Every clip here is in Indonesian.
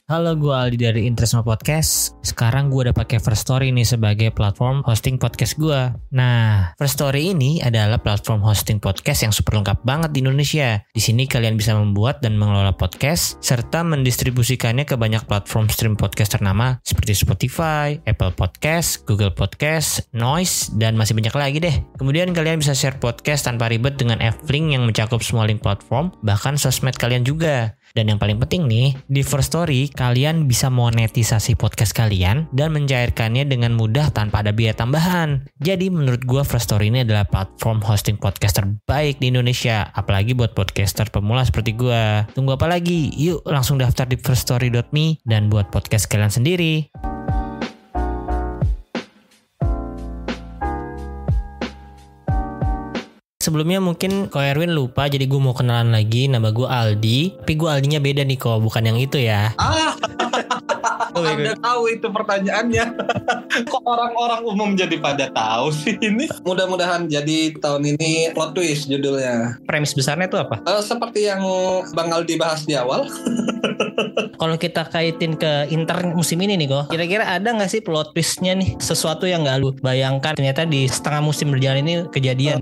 Halo, gue Aldi dari Intresma Podcast. Sekarang gue udah pakai First Story nih sebagai platform hosting podcast gue. Nah, First Story ini adalah platform hosting podcast yang super lengkap banget di Indonesia. Di sini kalian bisa membuat dan mengelola podcast serta mendistribusikannya ke banyak platform stream podcast ternama seperti Spotify, Apple Podcast, Google Podcast, Noise, dan masih banyak lagi deh. Kemudian kalian bisa share podcast tanpa ribet dengan F-Link yang mencakup semua link platform, bahkan sosmed kalian juga. Dan yang paling penting nih, di First Story kalian bisa monetisasi podcast kalian dan mencairkannya dengan mudah tanpa ada biaya tambahan. Jadi menurut gue First Story ini adalah platform hosting podcast terbaik di Indonesia, apalagi buat podcaster pemula seperti gue. Tunggu apa lagi? Yuk langsung daftar di firststory.me dan buat podcast kalian sendiri. Sebelumnya mungkin Ko Erwin lupa, jadi gue mau kenalan lagi. Nama gue Aldi, tapi gue Aldinya beda nih Ko, bukan yang itu ya. Anda tahu itu pertanyaannya. Kok orang-orang umum jadi pada tahu sih ini? Mudah-mudahan jadi tahun ini plot twist judulnya. Premis besarnya itu apa? Seperti yang Bang Aldi bahas di awal. Kalau kita kaitin ke Inter musim ini nih Ko, kira-kira ada gak sih plot twistnya nih? Sesuatu yang gak lu bayangkan ternyata di setengah musim berjalan ini kejadian.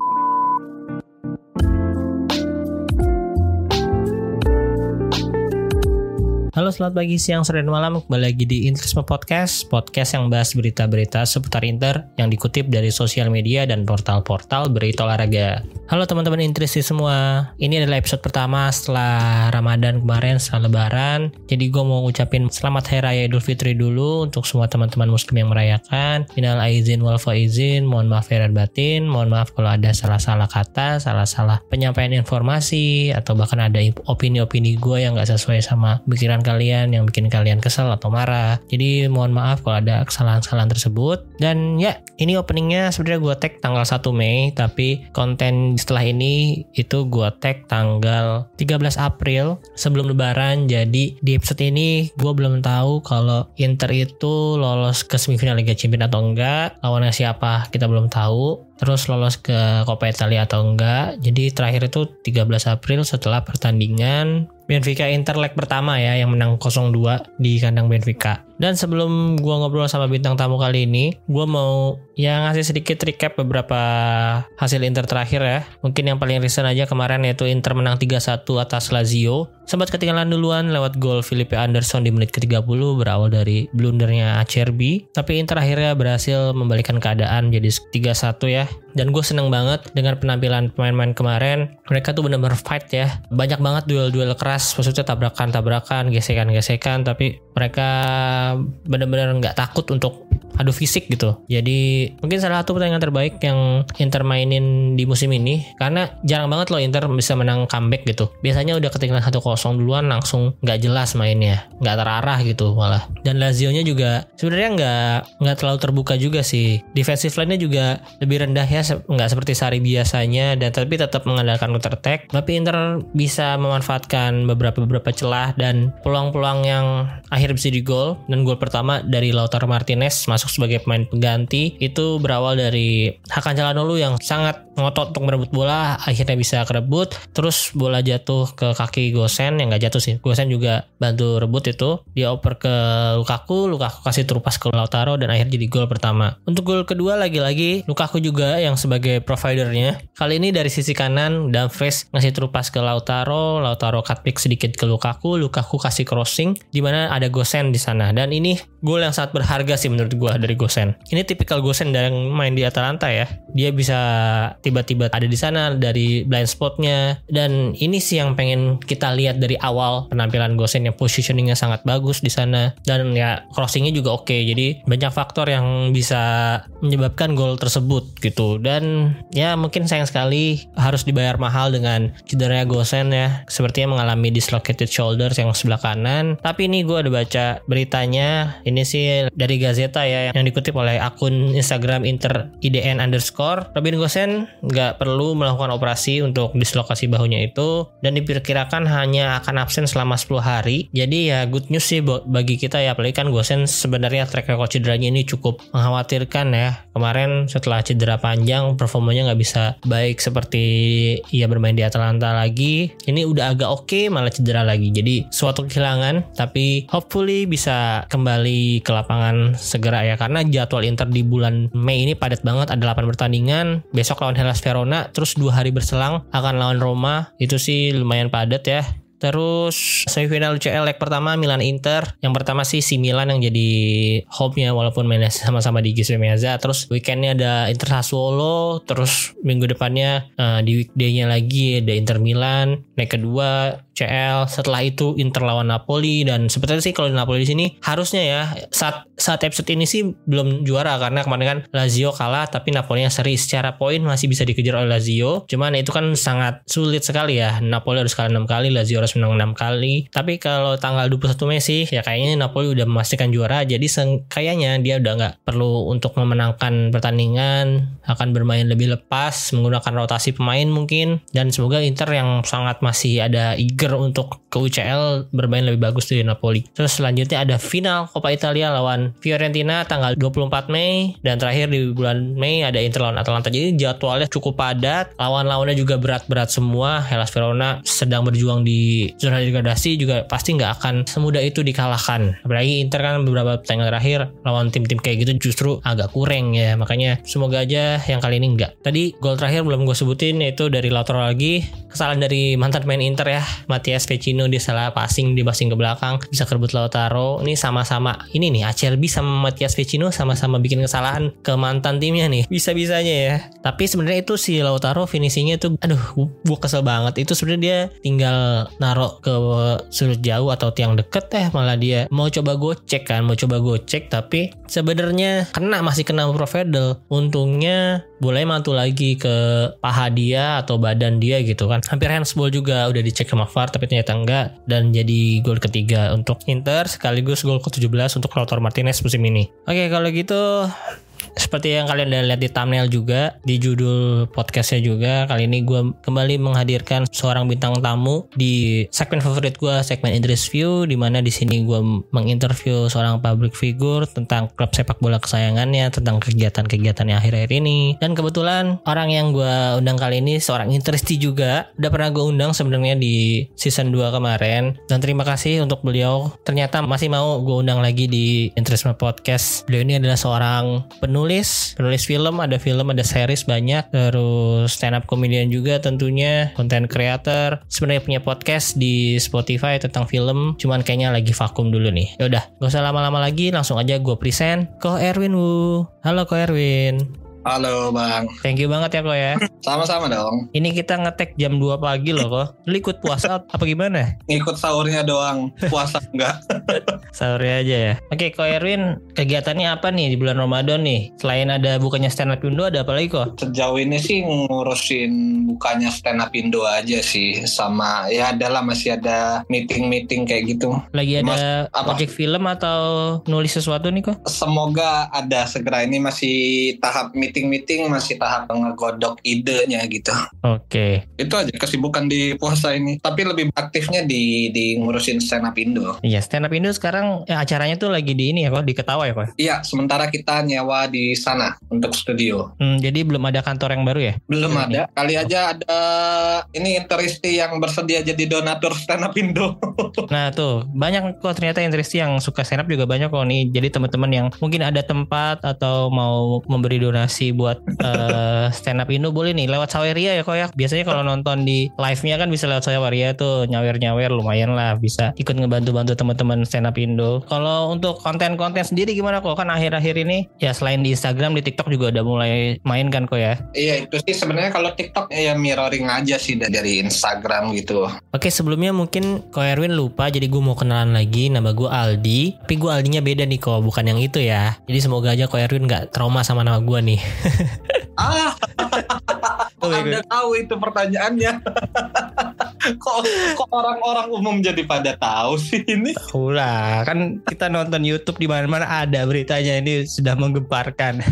Halo, selamat pagi, siang, sore, dan malam. Kembali lagi di Intresma Podcast, podcast yang bahas berita-berita seputar Inter yang dikutip dari sosial media dan portal-portal berita olahraga. Halo teman-teman Intresi semua, ini adalah episode pertama setelah Ramadan kemarin, setelah Lebaran. Jadi gue mau ngucapin selamat Hari Raya Idul Fitri dulu untuk semua teman-teman muslim yang merayakan. Minal aizin wal faizin, mohon maaf lahir dan batin, mohon maaf kalau ada salah-salah kata, salah-salah penyampaian informasi, atau bahkan ada opini-opini gue yang gak sesuai sama pikiran kalian yang bikin kalian kesel atau marah. Jadi mohon maaf kalau ada kesalahan-kesalahan tersebut. Dan ya, ini openingnya sebenarnya gue tag tanggal 1 Mei, tapi konten setelah ini itu gue tag tanggal 13 April sebelum Lebaran. Jadi di episode ini gue belum tahu kalau Inter itu lolos ke semifinal Liga Champions atau enggak, lawannya siapa kita belum tahu, terus lolos ke Coppa Italia atau enggak. Jadi terakhir itu 13 April setelah pertandingan Benfica Inter leg pertama ya, yang menang 0-2 di kandang Benfica. Dan sebelum gue ngobrol sama bintang tamu kali ini, gue mau ngasih sedikit recap beberapa hasil Inter terakhir ya. Mungkin yang paling recent aja kemarin yaitu Inter menang 3-1 atas Lazio. Sempat ketinggalan duluan lewat gol Felipe Anderson di menit ke-30 berawal dari blundernya Acerbi. Tapi Inter akhirnya berhasil membalikkan keadaan jadi 3-1 ya. Dan gue seneng banget dengan penampilan pemain-pemain kemarin. Mereka tuh benar-benar fight ya. Banyak banget duel-duel keras, maksudnya tabrakan-tabrakan, gesekan-gesekan, tapi mereka benar-benar nggak takut untuk adu fisik gitu. Jadi mungkin salah satu pertandingan terbaik yang Inter mainin di musim ini, karena jarang banget loh Inter bisa menang comeback gitu. Biasanya udah ketinggalan 1-0 duluan langsung nggak jelas mainnya, nggak terarah gitu malah. Dan Lazio-nya juga sebenarnya nggak terlalu terbuka juga sih. Defensive line-nya juga lebih rendah ya, nggak seperti sehari biasanya, dan tapi tetap mengandalkan counter attack. Tapi Inter bisa memanfaatkan beberapa celah dan peluang-peluang yang akhir bisa di gol. Dan gol pertama dari Lautaro Martinez masuk sebagai pemain pengganti itu berawal dari Hakan Calhanoglu yang sangat ngotot untuk merebut bola, akhirnya bisa kerebut, terus bola jatuh ke kaki Gosens, yang nggak jatuh sih, Gosens juga bantu rebut itu, dia oper ke Lukaku kasih terupas ke Lautaro dan akhirnya jadi gol pertama. Untuk gol kedua lagi-lagi Lukaku juga yang sebagai providernya, kali ini dari sisi kanan Dumfries ngasih terupas ke Lautaro cut pick sedikit ke Lukaku kasih crossing di mana ada Gosens di sana, dan ini gol yang sangat berharga sih menurut gue dari Gosens. Ini tipikal Gosens yang main di Atalanta ya, dia bisa tiba-tiba ada di sana dari blind spotnya, dan ini sih yang pengen kita lihat dari awal penampilan Gosens, yang positioningnya sangat bagus di sana, dan ya crossingnya juga oke. Jadi banyak faktor yang bisa menyebabkan gol tersebut gitu. Dan ya mungkin sayang sekali harus dibayar mahal dengan cederanya Gosens ya, sepertinya mengalami dislocated shoulders yang sebelah kanan. Tapi ini gue ada baca beritanya, ini sih dari Gazeta ya, yang dikutip oleh akun Instagram Inter IDN_. Robin Gosens nggak perlu melakukan operasi untuk dislokasi bahunya itu, dan diperkirakan hanya hanya akan absen selama 10 hari. Jadi ya good news sih bagi kita ya, apalagi kan Gosens sebenarnya track record cederanya ini cukup mengkhawatirkan ya. Kemarin setelah cedera panjang performanya nggak bisa baik seperti ia bermain di Atalanta lagi. Ini udah agak oke, malah cedera lagi. Jadi suatu kehilangan, tapi hopefully bisa kembali ke lapangan segera ya, karena jadwal Inter di bulan Mei ini padat banget. Ada 8 pertandingan, besok lawan Hellas Verona, terus 2 hari berselang akan lawan Roma. Itu sih lumayan padat ya. Terus semifinal UCL leg pertama Milan Inter. Yang pertama sih si Milan yang jadi home-nya walaupun mainnya sama-sama di Giuseppe Meazza. Terus weekendnya ada Inter Sassuolo. Terus minggu depannya di weekday-nya lagi ada Inter Milan. Leg kedua CL. Setelah itu Inter lawan Napoli. Dan sebetulnya sih kalau Napoli di sini harusnya ya saat episode ini sih belum juara, karena kemarin kan Lazio kalah tapi Napoli seri. Secara poin masih bisa dikejar oleh Lazio. Cuman itu kan sangat sulit sekali ya. Napoli harus kalah 6 kali, Lazio harus menang 6 kali. Tapi kalau tanggal 21 Mei sih ya kayaknya Napoli udah memastikan juara. Jadi kayaknya dia udah gak perlu untuk memenangkan pertandingan, akan bermain lebih lepas, menggunakan rotasi pemain mungkin. Dan semoga Inter yang sangat masih ada eager untuk ke UCL bermain lebih bagus dari Napoli. Terus selanjutnya ada final Coppa Italia lawan Fiorentina tanggal 24 Mei. Dan terakhir di bulan Mei ada Inter lawan Atalanta. Jadi jadwalnya cukup padat. Lawan-lawannya juga berat-berat semua. Hellas Verona sedang berjuang di zona degradasi, juga pasti nggak akan semudah itu dikalahkan. Apalagi Inter kan beberapa pertandingan terakhir lawan tim-tim kayak gitu justru agak kurang ya. Makanya semoga aja yang kali ini enggak. Tadi gol terakhir belum gue sebutin, yaitu dari Lautaro lagi. Kesalahan dari mantan pemain Inter ya, Mattias Vecino. Dia salah passing ke belakang, bisa kerebut Lautaro. Ini sama-sama ini nih, Acerbi sama Mattias Vecino sama-sama bikin kesalahan ke mantan timnya nih. Bisa-bisanya ya. Tapi sebenarnya itu si Lautaro finishingnya tuh gue kesel banget. Itu sebenarnya dia tinggal naruh ke sudut jauh atau tiang deket, malah dia mau coba gocek, tapi sebenarnya masih kena Provedel. Untungnya bolanya mantul lagi ke paha dia atau badan dia gitu kan. Hampir handsball juga, udah dicek sama VAR tapi ternyata enggak, dan jadi gol ketiga untuk Inter sekaligus gol ke-17 untuk Lautaro Martinez musim ini. Oke, kalau gitu seperti yang kalian udah lihat di thumbnail juga, di judul podcastnya juga, kali ini gue kembali menghadirkan seorang bintang tamu di segmen favorit gue, segmen Interview, di mana di sini gue menginterview seorang public figure tentang klub sepak bola kesayangannya, tentang kegiatan-kegiatannya akhir-akhir ini. Dan kebetulan orang yang gue undang kali ini seorang Interesti juga, udah pernah gue undang sebenarnya di season 2 kemarin, dan terima kasih untuk beliau ternyata masih mau gue undang lagi di Interest Podcast. Beliau ini adalah seorang penulis film, ada series banyak, terus stand up comedian juga tentunya, content creator, sebenarnya punya podcast di Spotify tentang film, cuman kayaknya lagi vakum dulu nih. Yaudah, gak usah lama-lama lagi, langsung aja gue present Ko Erwin Wu. Halo Ko Erwin. Halo Bang. Thank you banget ya Ko ya. Sama-sama dong. Ini kita ngetek jam 2 pagi loh Ko. Lu ikut puasa apa gimana? Ngikut sahurnya doang, puasa enggak. Sahurnya aja ya. Oke Ko Erwin, kegiatannya apa nih di bulan Ramadan nih? Selain ada bukannya stand up Indo, ada apa lagi Ko? Sejauh ini sih ngurusin bukannya stand up Indo aja sih. Sama ya adalah masih ada meeting-meeting kayak gitu. Lagi ada project film atau nulis sesuatu nih Ko? Semoga ada segera. Ini masih tahap meeting, masih tahap ngegodok idenya gitu. Oke. Itu aja kesibukan di puasa ini. Tapi lebih aktifnya di ngurusin stand up Indo. Iya, stand up Indo sekarang acaranya tuh lagi di ini ya kok, di Ketawa ya kok? Iya, sementara kita nyewa di sana untuk studio. Jadi belum ada kantor yang baru ya? Belum ada. Kali aja ada ini Interesti yang bersedia jadi donatur stand up Indo. Nah tuh, banyak kok ternyata Interesti yang suka stand up juga banyak kok nih. Jadi teman-teman yang mungkin ada tempat atau mau memberi donasi buat stand up Indo boleh nih lewat Saweria ya kok ya. Biasanya kalau nonton di live-nya kan bisa lewat Saweria tuh, nyawer-nyawer lumayan lah, bisa ikut ngebantu-bantu teman-teman stand up Indo. Kalau untuk konten-konten sendiri gimana kok? Kan akhir-akhir ini ya selain di Instagram, di TikTok juga udah mulai main kan kok ya? Iya, itu sih sebenarnya kalau TikTok ya mirroring aja sih dari Instagram gitu. Oke, sebelumnya mungkin Ko Erwin lupa, jadi gue mau kenalan lagi. Nama gue Aldi, tapi gue Aldinya beda nih kok, bukan yang itu ya. Jadi semoga aja Ko Erwin gak trauma sama nama gue nih. Kok Anda tahu itu pertanyaannya? Kok orang-orang umum jadi pada tahu sih ini? Ulah, kan kita nonton YouTube di mana-mana ada beritanya, ini sudah menggemparkan.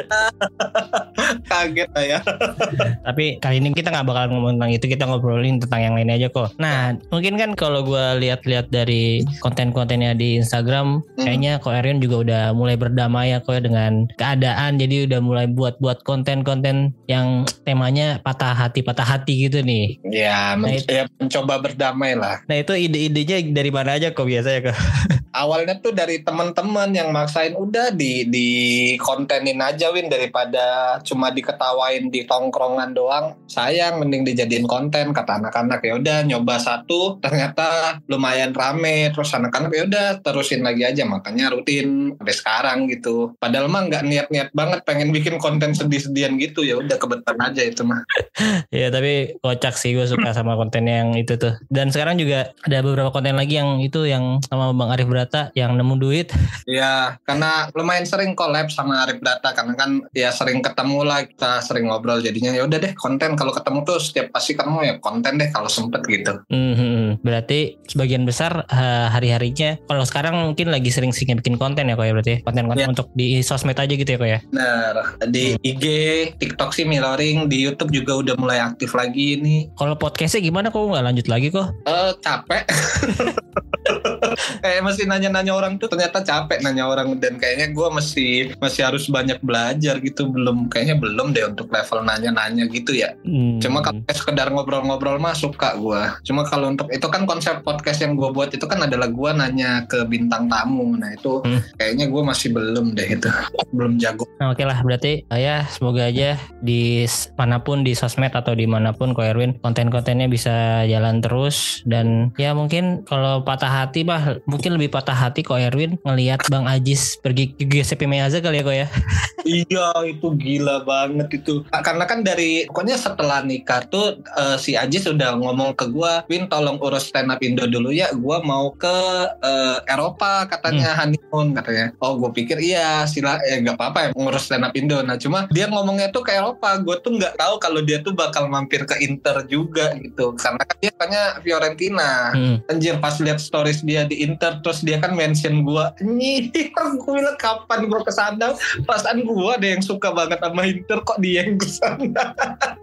Kaget ya. Tapi kali ini kita nggak bakal ngomong tentang itu, kita ngobrolin tentang yang lain aja kok. Nah, mungkin kan kalau gue lihat-lihat dari konten-kontennya di Instagram, kayaknya Ko Erwin juga udah mulai berdamai ya kok dengan keadaan, jadi udah mulai buat konten-konten yang temanya patah hati gitu nih. Ya, mencoba berdamai lah. Nah itu ide-idenya dari mana aja kok biasanya kok? Awalnya tuh dari teman-teman yang maksain udah di kontenin aja Win, daripada cuma diketawain di tongkrongan doang. Sayang, mending dijadiin konten kata anak-anak. Ya udah nyoba satu, ternyata lumayan rame, terus anak-anak ya udah terusin lagi aja, makanya rutin sampai sekarang gitu. Padahal mah nggak niat-niat banget pengen bikin konten sedih-sedian gitu, ya udah kebetulan aja itu mah. Ya tapi kocak sih, gue suka sama kontennya yang itu tuh. Dan sekarang juga ada beberapa konten lagi yang itu yang sama Bang Arif Brata yang nemu duit. Ya, karena lumayan sering collab sama Arif Brata, karena kan ya sering ketemu lah, kita sering ngobrol, jadinya ya udah deh konten, kalau ketemu tuh setiap pasti ketemu ya konten deh kalau sempet gitu. Berarti sebagian besar hari-harinya kalau sekarang mungkin lagi sering-sering bikin konten ya kok ya, berarti konten-konten untuk di sosmed aja gitu ya kok ya. Nah, di IG, TikTok sih mirroring, di YouTube juga udah mulai aktif lagi nih. Kalau podcastnya gimana kok nggak lanjut lagi kok? Capek. Masih nanya-nanya orang tuh, ternyata capek nanya orang, dan kayaknya gue masih harus banyak belajar gitu. Kayaknya belum deh untuk level nanya-nanya gitu ya. Cuma kalau sekedar ngobrol-ngobrol mah suka gue. Cuma kalau untuk itu kan konsep podcast yang gue buat itu kan adalah gue nanya ke bintang tamu. Nah itu kayaknya gue masih belum deh itu, belum jago. Nah, oke lah, berarti ya semoga aja di manapun, di sosmed atau dimanapun Ko Erwin konten-kontennya bisa jalan terus. Dan ya mungkin kalau patah hati mungkin lebih patah hati Ko Erwin ngelihat Bang Ajis pergi ke GSP Meaza kali ya kok ya. Iya, itu gila banget itu. Karena kan pokoknya setelah nikah tuh si Ajis udah ngomong ke gue, Win tolong urus stand up Indo dulu ya, gue mau ke Eropa katanya, honeymoon katanya. Oh gue pikir iya gak apa-apa ya ngurus stand up Indo. Nah cuma dia ngomongnya tuh ke Eropa, gue tuh gak tahu kalau dia tuh bakal mampir ke Inter juga gitu, karena kan dia tanya Fiorentina. Anjir, pas lihat stories dia di Inter terus dia kan mention gue, gue bilang kapan gue kesana, perasaan gue ada yang suka banget sama Inter, kok dia yang kesana.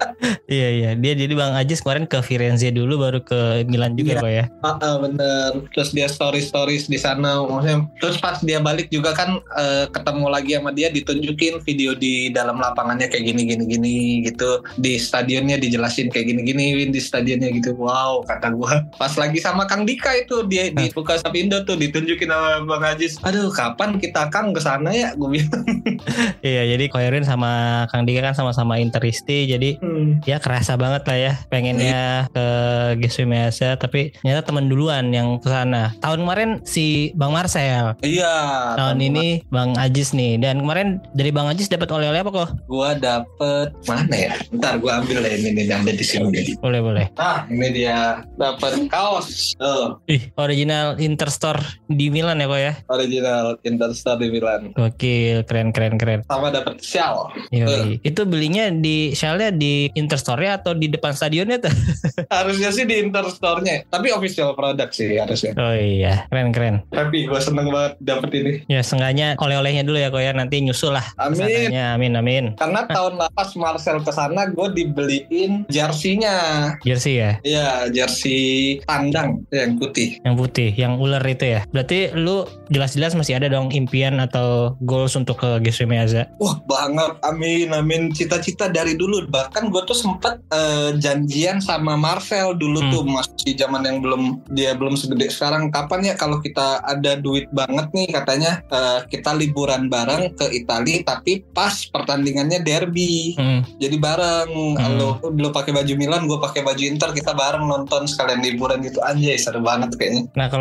Iya dia jadi Bang Ajis kemarin ke Firenze dulu baru ke Milan juga kok ya. Bener, terus dia stories di sana, maksudnya. Terus pas dia balik juga kan ketemu lagi sama dia, ditunjukin video di dalam lapangannya kayak gini gitu, di stadionnya dijelasin kayak gini Win di stadionnya gitu. Wow, kata gue pas lagi sama Kang Dika itu dia di buka Sapindo tuh ditunjukin sama Bang Ajis. Aduh, kapan kita Kang kesana ya, gue bilang. Iya, jadi Ko Erwin sama Kang Dika kan sama-sama Interisti, jadi ya kerasa banget lah ya pengennya ke GSP Meaza, tapi ternyata temen duluan yang kesana. Tahun kemarin si Bang Marcel. Iya. Tahun ini Bang Ajis nih. Dan kemarin dari Bang Ajis dapat oleh-oleh apa kok? Gua dapet mana ya? Bentar, gua ambil lah ini ada di sini. Boleh. Nah, ini dia dapat kaos. Original Interstore di Milan ya kok ya? Original Interstore di Milan. Gokil, keren. Sama dapat shawl. Itu belinya di shawlnya di Interstore atau di depan stadionnya tuh? Harusnya sih di Interstore-nya, tapi official product sih harusnya. Oh iya, keren. Tapi gue seneng banget dapet ini. Ya seenggaknya oleh-olehnya dulu ya kok ya, nanti nyusul lah. Amin. Karena tahun lapas Marcel kesana gue dibeliin jersey-nya. Jersey ya? Iya, jersey tandang yang putih. Yang putih, yang ular itu ya. Berarti lu jelas-jelas masih ada dong impian atau goals untuk ke GSP Meaza? Wah banget, amin. Cita-cita dari dulu. Bahkan gue tuh sempet janjian sama Marcel dulu tuh, masih zaman yang dia belum segede sekarang. Kapan ya kalau kita ada duit banget nih, katanya kita liburan bareng ke Italia, tapi pas pertandingannya derby. Jadi bareng, lu pakai baju Milan, gue pakai baju Inter, kita bareng nonton sekalian liburan gitu. Anjay, seru banget kayaknya. Nah kalau sekarang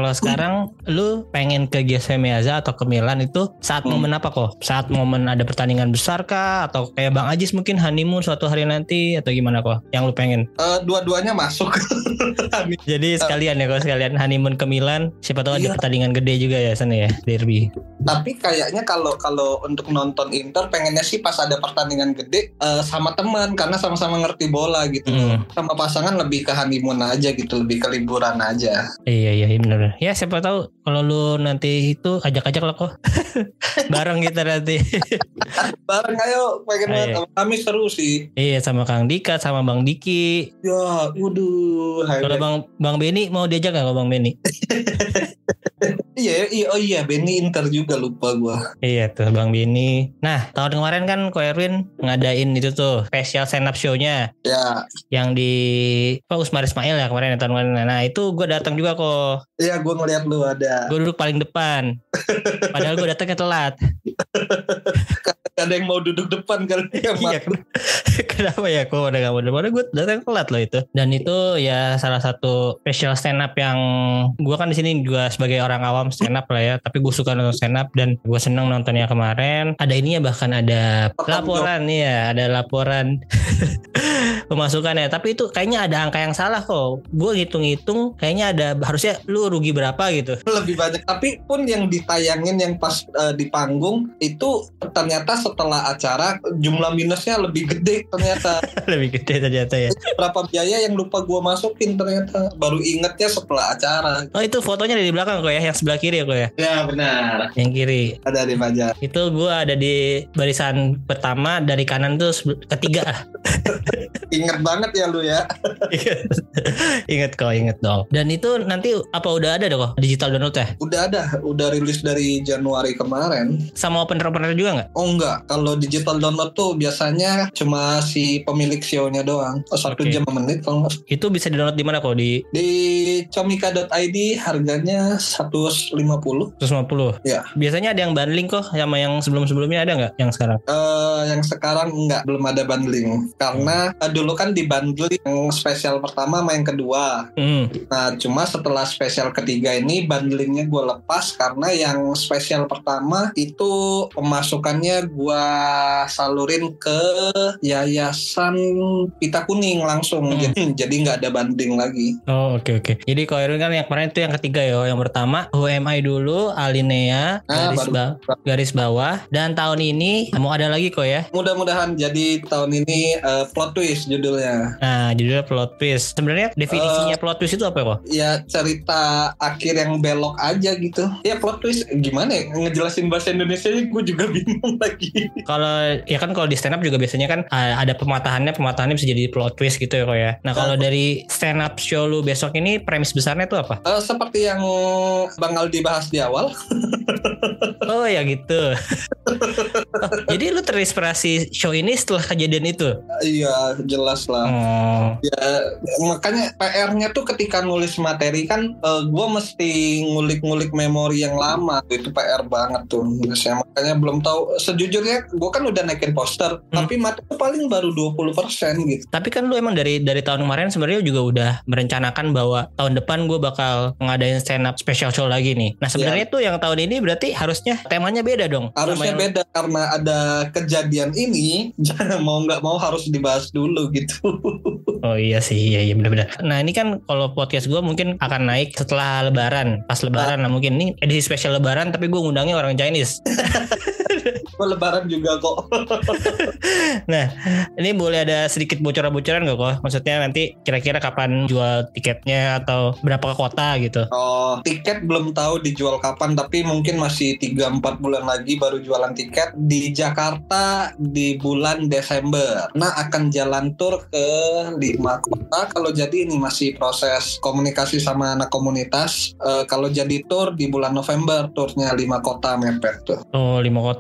sekarang lu pengen ke Giuseppe Meazza atau ke Milan itu saat momen apa kok? Saat momen ada pertandingan besar kah? Atau kayak Bang Ajis mungkin honeymoon suatu hari nanti atau gimana kok? Yang lu pengen? Dua-duanya masuk. Jadi sekalian ya kok, sekalian honeymoon ke Milan. Siapa tahu ada pertandingan gede juga ya sana ya, derby. Tapi kayaknya kalau untuk nonton Inter pengennya sih pas ada pertandingan gede sama teman karena sama-sama ngerti bola gitu. Sama pasangan lebih ke honeymoon aja gitu, lebih ke liburan aja. Iya benar. Ya siapa tahu kalau lu nanti itu ajak-ajak lah kok. Bareng kita nanti. Bareng ayo, pengen banget. Kami seru sih. Iya sama Kang Dika sama Bang Diki. Ya, waduh. Kalau Bang Beni mau diajak nggak kalau Bang Beni? Iya, Benny Inter juga lupa gua. Iya tuh Bang Beni. Nah tahun kemarin kan Ko Erwin ngadain itu tuh special stand up show-nya. Ya. Yang di Usmar Ismail ya kemarin tahun kemarin. Nah itu gue datang juga kok. Iya gue ngeliat lu ada. Gue duduk paling depan. Padahal gue datangnya telat. Ada yang mau duduk depan kali ya. Iya, kenapa ya kok udah gak mau depan? Gue datang telat loh itu. Dan itu ya salah satu special stand up yang gue kan di sini juga sebagai orang awam stand up lah ya. Tapi gue suka nonton stand up dan gue seneng nontonnya kemarin. Ada ininya bahkan ada laporan ya, ada laporan pemasukannya. Tapi itu kayaknya ada angka yang salah kok. Gue ngitung-ngitung kayaknya ada harusnya lu rugi berapa gitu. Lebih banyak. Tapi pun yang ditayangin yang pas di panggung itu ternyata setelah acara jumlah minusnya lebih gede ternyata. Lebih gede ternyata ya. Berapa biaya yang lupa gue masukin ternyata. Baru ingetnya setelah acara. Oh itu fotonya ada di belakang kok ya, yang sebelah kiri ya kok ya? Ya benar. Yang kiri. Ada di pajak. Itu gue ada di barisan pertama, dari kanan tuh ketiga. Ingat banget ya lu ya. Ingat dong. Dan itu nanti apa udah ada dong kok digital download ya? Udah rilis dari Januari kemarin. Sama opener juga nggak? Oh enggak, kalau digital download tuh biasanya cuma si pemilik show-nya doang. 1 jam menit kalau nggak. Itu bisa di-download di mana kok? Di comika.id harganya 150. 150. Ya. Biasanya ada yang bundling kok sama yang sebelum-sebelumnya, ada nggak yang sekarang? Yang sekarang enggak, belum ada bundling. Karena dulu kan dibundling yang spesial pertama sama yang kedua. Nah, cuma setelah spesial ketiga ini bundlingnya gue lepas karena yang spesial pertama itu pemasukannya gue salurin ke Yayasan Pita Kuning langsung. Jadi nggak ada bundling lagi. Oh oke. Jadi kalau Erwin kan yang kemarin itu yang ketiga ya. Yang pertama UMI dulu, Alinea, garis bawah. Dan tahun ini mau ada lagi kok ya. Mudah-mudahan jadi tahun ini plot twist judulnya. Nah judulnya plot twist. Sebenarnya definisinya plot twist itu apa kok? Ya cerita akhir yang belok aja gitu. Ya plot twist gimana ya? Ngejelasin bahasa Indonesia gue juga bingung lagi. Kalau di stand up juga biasanya kan ada pematahannya bisa jadi plot twist gitu ya kok ya. Nah kalau dari stand up show lu besok ini premis besarnya itu apa? Seperti yang Bang Aldi bahas di awal. Oh ya gitu. Jadi lu terinspirasi show ini setelah kejadian itu? Iya jelas lah. Ya makanya PR-nya tuh ketika nulis materi kan gue mesti ngulik-ngulik memori yang lama. Itu PR banget tuh. Saya makanya belum tahu. Sejujurnya gue kan udah naikin poster, tapi materi paling baru 20% gitu. Tapi kan lu emang dari tahun kemarin sebenarnya juga udah merencanakan bahwa tahun depan gue bakal ngadain stand up special show lagi nih. Nah sebenarnya tuh yang tahun ini berarti harusnya temanya beda dong. Harusnya beda karena ada kejadian ini. Jangan mau nggak mau harus dibahas dulu gitu. Oh iya sih, iya benar-benar. Nah ini kan kalau podcast gue mungkin akan naik setelah Lebaran, pas Lebaran lah mungkin. Ini edisi spesial Lebaran tapi gue ngundangnya orang Chinese. Lebaran juga kok. Nah ini boleh ada sedikit bocoran-bocoran gak kok? Maksudnya nanti kira-kira kapan jual tiketnya atau berapa kota gitu? Oh tiket belum tahu dijual kapan, tapi mungkin masih 3-4 bulan lagi baru jualan tiket. Di Jakarta di bulan Desember. Nah akan jalan tur ke 5 kota. Kalau jadi ini masih proses komunikasi sama anak komunitas. Kalau jadi tur di bulan November, turnya 5 kota mepet tuh. Oh 5 kota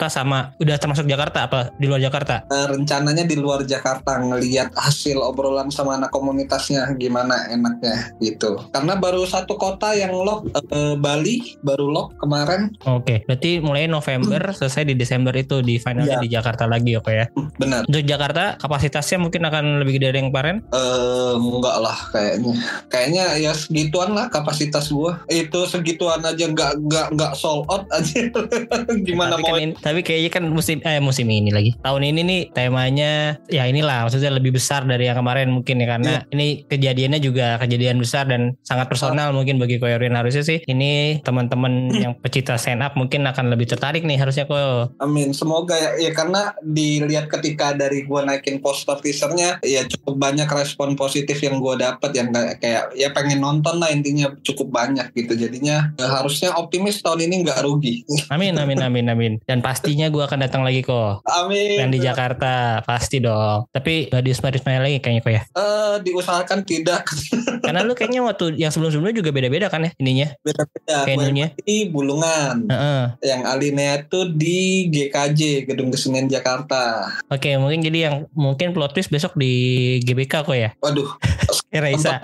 sama udah termasuk Jakarta apa di luar Jakarta? Rencananya di luar Jakarta, ngelihat hasil obrolan sama anak komunitasnya gimana enaknya gitu. Karena baru satu kota yang lock, Bali baru lock kemarin. Oke, berarti mulai November selesai di Desember itu di finalnya Iya. di Jakarta lagi oke ya. Benar. Untuk Jakarta kapasitasnya mungkin akan lebih gede dari yang kemarin. Enggak lah kayaknya ya segituan lah kapasitas gua. Itu segituan aja nggak sold out aja. Gimana tapi mau? kan tapi kayaknya kan musim ini lagi. Tahun ini nih temanya ya inilah maksudnya lebih besar dari yang kemarin mungkin ya karena ini kejadiannya juga kejadian besar dan sangat personal mungkin bagi Koyorin harusnya sih. Ini teman-teman yang pecinta stand up mungkin akan lebih tertarik nih harusnya kok. Amin, semoga ya karena dilihat ketika dari gua naikin poster teasernya ya cukup banyak respon positif yang gua dapat yang kayak ya pengen nonton lah intinya cukup banyak gitu. Jadinya harusnya optimis tahun ini nggak rugi. Amin. Dan pastinya gue akan datang lagi kok. Amin. Yang di Jakarta pasti dong. Tapi gak diusmar-usmar lagi kayaknya kok ya. Diusahakan tidak. Karena lu kayaknya waktu yang sebelum-sebelumnya juga beda-beda kan ya ininya. Beda-beda. Venunya. Di Bulungan. Yang Alinea tuh di GKJ Gedung Kesenian Jakarta. Oke, mungkin jadi yang mungkin plot twist besok di GBK kok ya. Waduh. Raisa.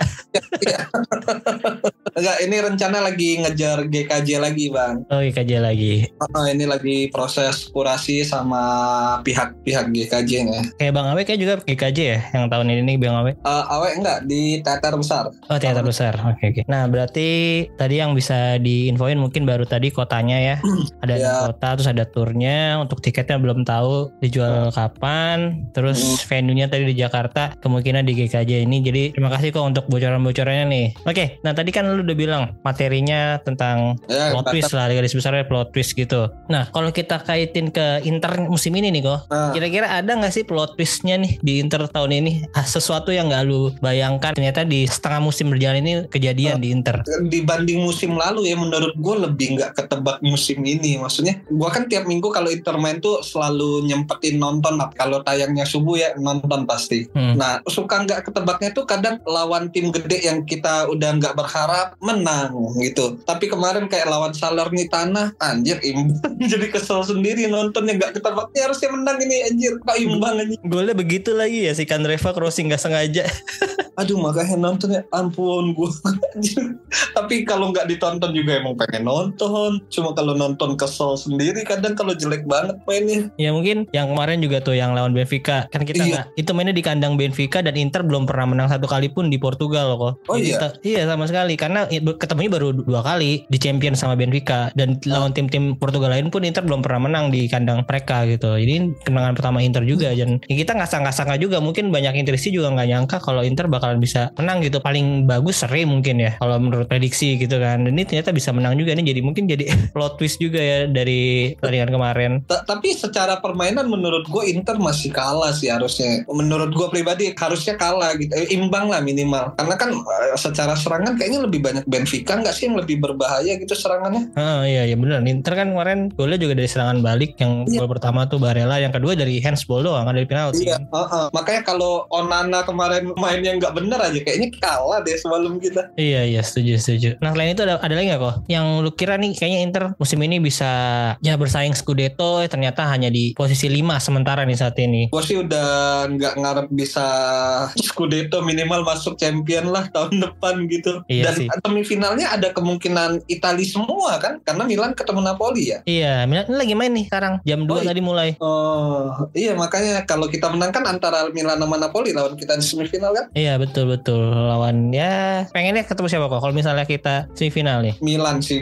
Enggak, ini rencana lagi ngejar GKJ lagi bang. Oh GKJ lagi. Ini lagi proses kurasi sama pihak GKJ-nya. Kayak Bang Awe kayak juga GKJ ya yang tahun ini nih Bang Awe. Awe enggak di teater besar. Oh teater besar. Oke. Nah berarti tadi yang bisa diinfoin mungkin baru tadi kotanya ya. Ada di kota terus ada turnya. Untuk tiketnya belum tahu dijual kapan. Terus venue-nya tadi di Jakarta, kemungkinan di GKJ ini. Jadi terima kasih kok untuk bocoran-bocorannya nih. Oke, nah tadi kan lu udah bilang materinya tentang plot twist lah, garis besarnya plot twist gitu. Nah kalau kita kaitin ke Inter musim ini nih kok, kira-kira ada nggak sih plot twistnya nih di Inter tahun ini? Sesuatu yang nggak lu bayangkan ternyata di setengah musim berjalan ini kejadian di Inter. Dibanding musim lalu ya menurut gue lebih nggak ketebak musim ini. Maksudnya gue kan tiap minggu kalau Inter main tuh selalu nyempetin nonton. Kalau tayangnya subuh ya nonton pasti. Nah suka nggak ketebaknya tuh kadang lawan tim gede yang kita udah nggak berharap menang gitu. Tapi kemarin kayak lawan Salernitana anjir imbang. Jadi kesel sendiri nontonnya nggak ketebaknya harusnya menang ini anjir kok imbang anjir. Golnya begitu lagi ya si Kandreva crossing nggak sengaja. Aduh makanya nontonnya ampun gue. Tapi kalau nggak ditonton juga emang pengen nonton. Cuma kalau nonton kesel sendiri kadang kalau jelek banget mainnya. Ya mungkin yang kemarin juga tuh yang lawan Benfica kan kita nggak itu mainnya di kandang Benfica dan Inter belum pernah menang satu kali pun di Portugal loh kok. Oh jadi, iya? Iya sama sekali karena ketemunya baru 2 kali di Champions sama Benfica dan lawan tim-tim Portugal lain pun Inter belum pernah menang di kandang mereka gitu. Jadi kemenangan pertama Inter juga dan ya kita nggak sangka-sangka juga mungkin banyak interisi juga nggak nyangka kalau Inter bakalan bisa menang gitu. Paling bagus seri mungkin ya kalau menurut prediksi gitu kan. Dan ini ternyata bisa menang juga nih jadi mungkin jadi plot twist juga ya dari pertandingan kemarin. Tapi secara permainan menurut gue Inter masih kalah sih harusnya. Menurut gue pribadi harusnya kalah gitu. Imbang lah minimal. Karena kan secara serangan kayaknya lebih banyak Benfica nggak sih yang lebih berbahaya gitu serangannya. Iya benar. Inter kan kemarin golnya juga dari serangan balik yang gol pertama tuh Barella, yang kedua dari handsball doang kan dari penalti. Iya. Makanya kalau Onana kemarin mainnya nggak bener aja kayaknya kalah deh sebelum kita. Iya setuju. Nah selain itu ada lagi nggak kok yang lu kira nih kayaknya Inter musim ini bisa ya bersaing Scudetto ternyata hanya di posisi 5 sementara nih saat ini. Gue sih udah nggak ngarep bisa Scudetto, minimal masuk champion lah tahun depan gitu. Iya. Dan semifinalnya ada kemungkinan Italia semua kan karena Milan ketemu Napoli ya. Iya Milan ini lagi main nih sekarang jam 2 tadi mulai. Iya makanya kalau kita menang kan antara Milan sama Napoli lawan kita di semifinal kan. Iya betul lawan ya pengennya ketemu siapa kok kalau misalnya kita semifinal nih? Milan sih.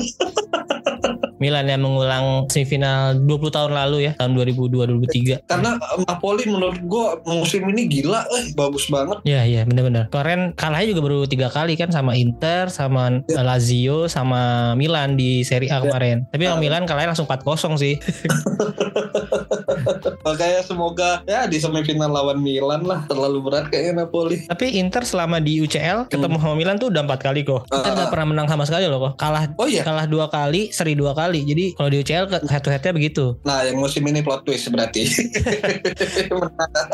Milan yang mengulang semifinal 20 tahun lalu ya, tahun 2002-2003. Karena Napoli menurut gue musim ini gila, bagus banget. Iya benar-benar. Kemarin kalahnya juga baru 3 kali kan sama Inter, sama Lazio, sama Milan di Serie A kemarin. Tapi yang Milan kalahnya langsung 4-0 sih. Makanya semoga ya di semifinal lawan Milan lah. Terlalu berat kayaknya Napoli. Tapi Inter selama di UCL ketemu sama Milan tuh udah 4 kali kok. Inter gak pernah menang sama sekali loh kok. Kalah 2 kali, seri 2 kali. Jadi kalau di UCL head to headnya begitu. Nah yang musim ini plot twist berarti.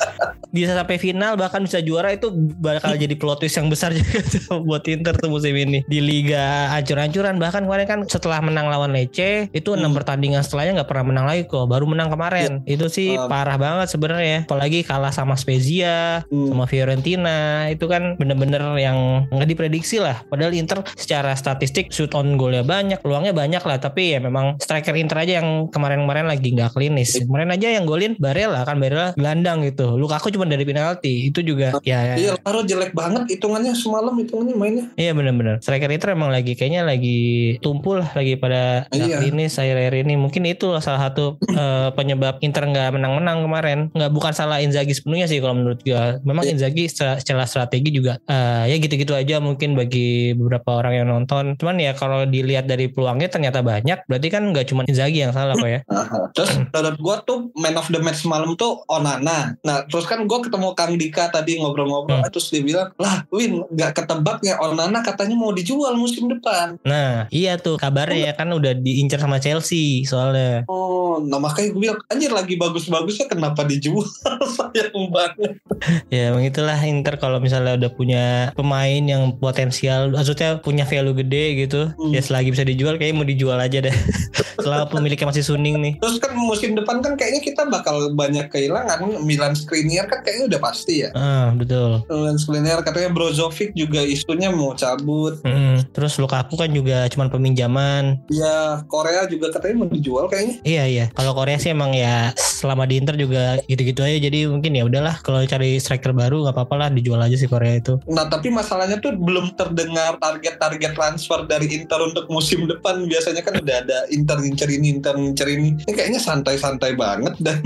bisa sampai final bahkan bisa juara, itu bakal jadi plot twist yang besar juga tuh buat Inter tuh musim ini. Di Liga ancur-ancuran, bahkan kemarin kan setelah menang lawan Lecce itu 6 pertandingan setelahnya nggak pernah menang lagi kok, baru menang kemarin. Itu sih parah banget sebenarnya. Apalagi kalah sama Spezia, sama Fiorentina, itu kan bener-bener yang nggak diprediksi lah. Padahal Inter secara statistik shoot on goalnya banyak, peluangnya banyak lah, tapi ya memang striker Inter aja yang kemarin-kemarin lagi nggak klinis. Kemarin aja yang golin Barella gelandang gitu. Lukaku cuma dari penalti, itu juga ya. Iya, Lautaro jelek banget hitungannya semalam mainnya. Iya benar-benar. Striker Inter emang kayaknya lagi tumpul lah, lagi pada nggak klinis akhir-akhir ini. Mungkin itu salah satu penyebab Inter nggak menang-menang kemarin. Bukan salah Inzaghi sepenuhnya sih kalau menurut gue. Memang Inzaghi secara strategi juga ya gitu-gitu aja mungkin bagi beberapa orang yang nonton. Cuman ya kalau dilihat dari peluangnya ternyata banyak. Berarti kan nggak cuma Inzaghi yang salah kok ya. Terus menurut gue tuh man of the match semalam tuh Onana. Nah terus kan gue ketemu Kang Dika tadi ngobrol-ngobrol, terus dia bilang, lah Win nggak ketebak ya Onana katanya mau dijual musim depan. Nah iya tuh kabarnya ya kan udah diincar sama Chelsea soalnya. Oh, nah makanya gue bilang anjir lagi bagus-bagusnya kenapa dijual. Sayang banget. Ya emang itulah Inter kalau misalnya udah punya pemain yang potensial, maksudnya punya value gede gitu, ya selagi bisa dijual kayaknya mau dijual aja deh. Selama pemiliknya masih Suning nih. Terus kan musim depan kan kayaknya kita bakal banyak kehilangan. Milan Skriniar kan kayaknya udah pasti ya. Betul. Milan Skriniar katanya Brozovic juga isunya mau cabut. Terus Lukaku kan juga cuman peminjaman. Ya Korea juga katanya mau dijual kayaknya. Iya. Kalau Korea sih emang ya selama di Inter juga gitu-gitu aja. Jadi mungkin ya udahlah kalau cari striker baru nggak apa-apa lah, dijual aja sih Korea itu. Nah tapi masalahnya tuh belum terdengar target-target transfer dari Inter untuk musim depan. Biasanya kan udah ada Inter ngincer ini. Ini kayaknya santai-santai banget dan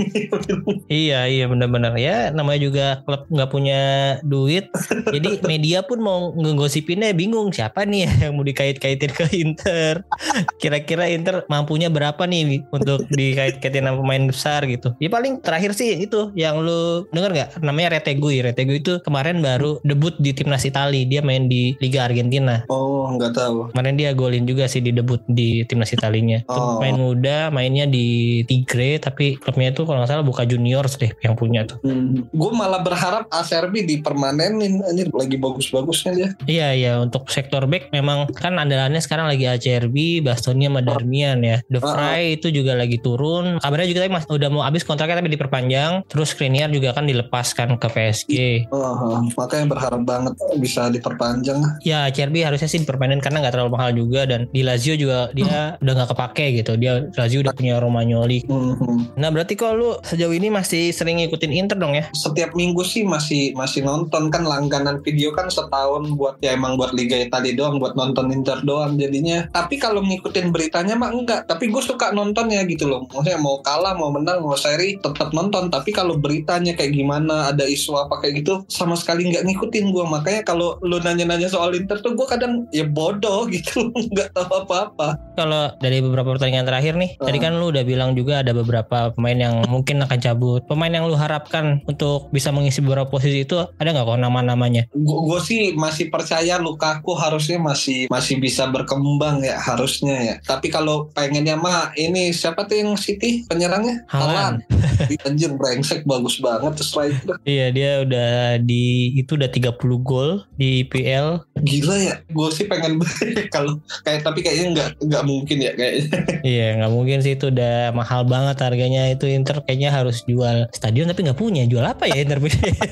Iya benar-benar ya, namanya juga klub nggak punya duit. Jadi media pun mau ngegosipinnya bingung siapa nih yang mau dikait-kaitin ke Inter. Kira-kira Inter mampunya berapa nih untuk dikait-kaitin sama pemain besar gitu. Ya paling terakhir sih itu yang lu denger nggak, namanya Retegui itu kemarin baru debut di timnas Italia. Dia main di Liga Argentina. Oh nggak tahu. Kemarin dia golin juga sih di debut di timnas Italinya. Main muda, mainnya di Tigre, tapi klubnya itu kalau nggak salah Boca Juniors deh yang punya tuh. Gue malah berharap Acerbi dipermanenin, anjir lagi bagus-bagusnya dia. Iya untuk sektor back memang kan andalannya sekarang lagi Acerbi, Bastoni sama Darmian ya. De Vrij itu juga lagi turun. Kabarnya juga tapi udah mau habis kontraknya tapi diperpanjang. Terus Skriniar juga kan dilepaskan ke PSG. Makanya berharap banget bisa diperpanjang. Ya Acerbi harusnya sih diperpanjang karena nggak terlalu mahal juga, dan di Lazio juga dia udah nggak kepake gitu. Dia Lazio udah punya Romagnoli. Nah berarti kok lu sejauh ini masih sering ngikutin Inter dong ya? Setiap minggu sih masih nonton, kan langganan video kan setahun buat ya emang buat Liga Italia doang, buat nonton Inter doang jadinya. Tapi kalau ngikutin beritanya mah enggak. Tapi gue suka nontonnya gitu loh. Maksudnya mau kalah mau menang mau seri tetap nonton. Tapi kalau beritanya kayak gimana, ada isu apa kayak gitu, sama sekali nggak ngikutin gue. Makanya kalau lu nanya-nanya soal Inter tuh gue kadang ya bodoh gitu, nggak tahu apa-apa. Kalau dari beberapa pertandingan terakhir nih, tadi kan lu udah bilang juga ada beberapa pemain yang mungkin akan cabut. Pemain yang lu harapkan untuk bisa mengisi beberapa posisi itu ada nggak kok nama-namanya? Gue sih masih percaya Lukaku harusnya masih bisa berkembang ya harusnya ya. Tapi kalau pengennya mah ini siapa tuh yang City penyerangnya? Haaland. Anjir brengsek bagus banget tuh striker. Iya dia udah udah 30 gol di IPL. Gila ya. Gue sih pengen kalau tapi kayaknya nggak mungkin ya kayaknya. Iya nggak mungkin sih, itu udah mahal banget harganya. Itu Inter kayaknya harus jual stadion tapi nggak punya. Jual apa ya Inter?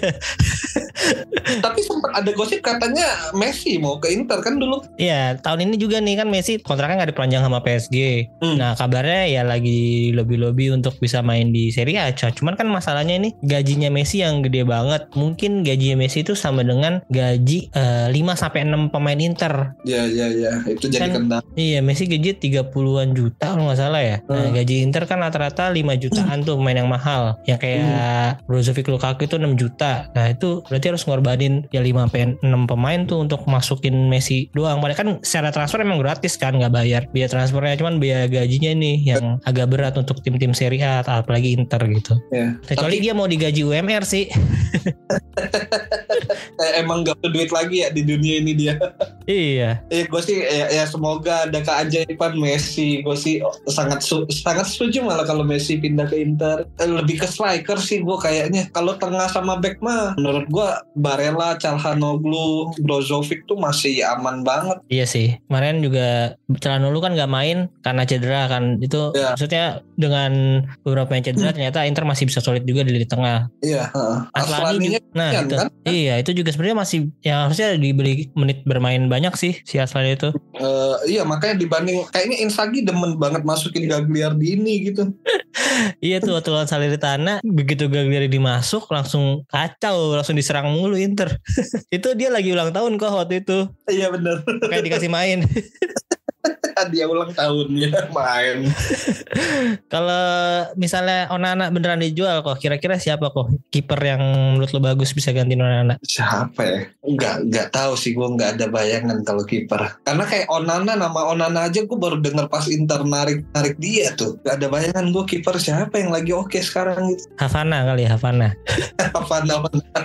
Tapi sempat ada gosip katanya Messi mau ke Inter kan dulu. Iya tahun ini juga nih kan Messi kontraknya nggak diperpanjang sama PSG. Nah kabarnya ya lagi lobby untuk bisa main di Serie A. Cuman kan masalahnya ini gajinya Messi yang gede banget. Mungkin gajinya Messi itu sama dengan gaji 5-6 pemain Inter. Ya itu jadi kan, kendala. Iya Messi gaji 30-an juta kalau nggak salah ya. Nah gaji Inter kan rata-rata 5 jutaan tuh pemain yang mahal. Yang kayak Brozovic, Lukaku itu 6 juta. Nah itu berarti harus ngorbanin ya 5-6 pemain tuh untuk masukin Messi doang. Padahal kan secara transfer emang gratis kan, nggak bayar biaya transfernya, cuman biaya gajinya nih yang agak berat untuk tim-tim Serie A apalagi Inter gitu. Ya, kecuali dia mau digaji UMR sih. Emang gak ada duit lagi ya di dunia ini dia. Iya. Gue sih ya semoga ada keajaiban Messi. Gue sih sangat setuju malah kalau Messi pindah ke Inter. Lebih ke striker sih gue kayaknya. Kalau tengah sama back mah menurut gue Barella, Calhanoglu, Brozovic tuh masih aman banget. Iya sih. Kemarin juga Calhanoglu kan gak main karena cedera kan. Itu maksudnya dengan beberapa yang cedera ternyata Inter masih bisa solid juga di tengah. Iya. Aslani juga. Nah itu. Kan? Iya itu juga sebenarnya masih ya harusnya diberi menit bermain banyak sih si Aslani itu. Iya makanya dibanding kayaknya Inzaghi demen banget masukin Gagliardini gitu. Iya tuh waktu lawan Salernitana begitu Gagliardini masuk langsung kacau, langsung diserang mulu Inter. Itu dia lagi ulang tahun kok waktu itu. Iya benar. Kayak dikasih main. Dia ulang tahunnya main. Kalau misalnya Onana beneran dijual kok, kira-kira siapa kok kiper yang menurut lo bagus bisa gantiin Onana? Siapa ya? Enggak tahu sih, gue nggak ada bayangan kalau kiper. Karena kayak nama Onana aja gue baru dengar pas Inter narik dia tuh. Gak ada bayangan gue kiper siapa yang lagi oke sekarang gitu. Havana kali ya, Havana. Havana.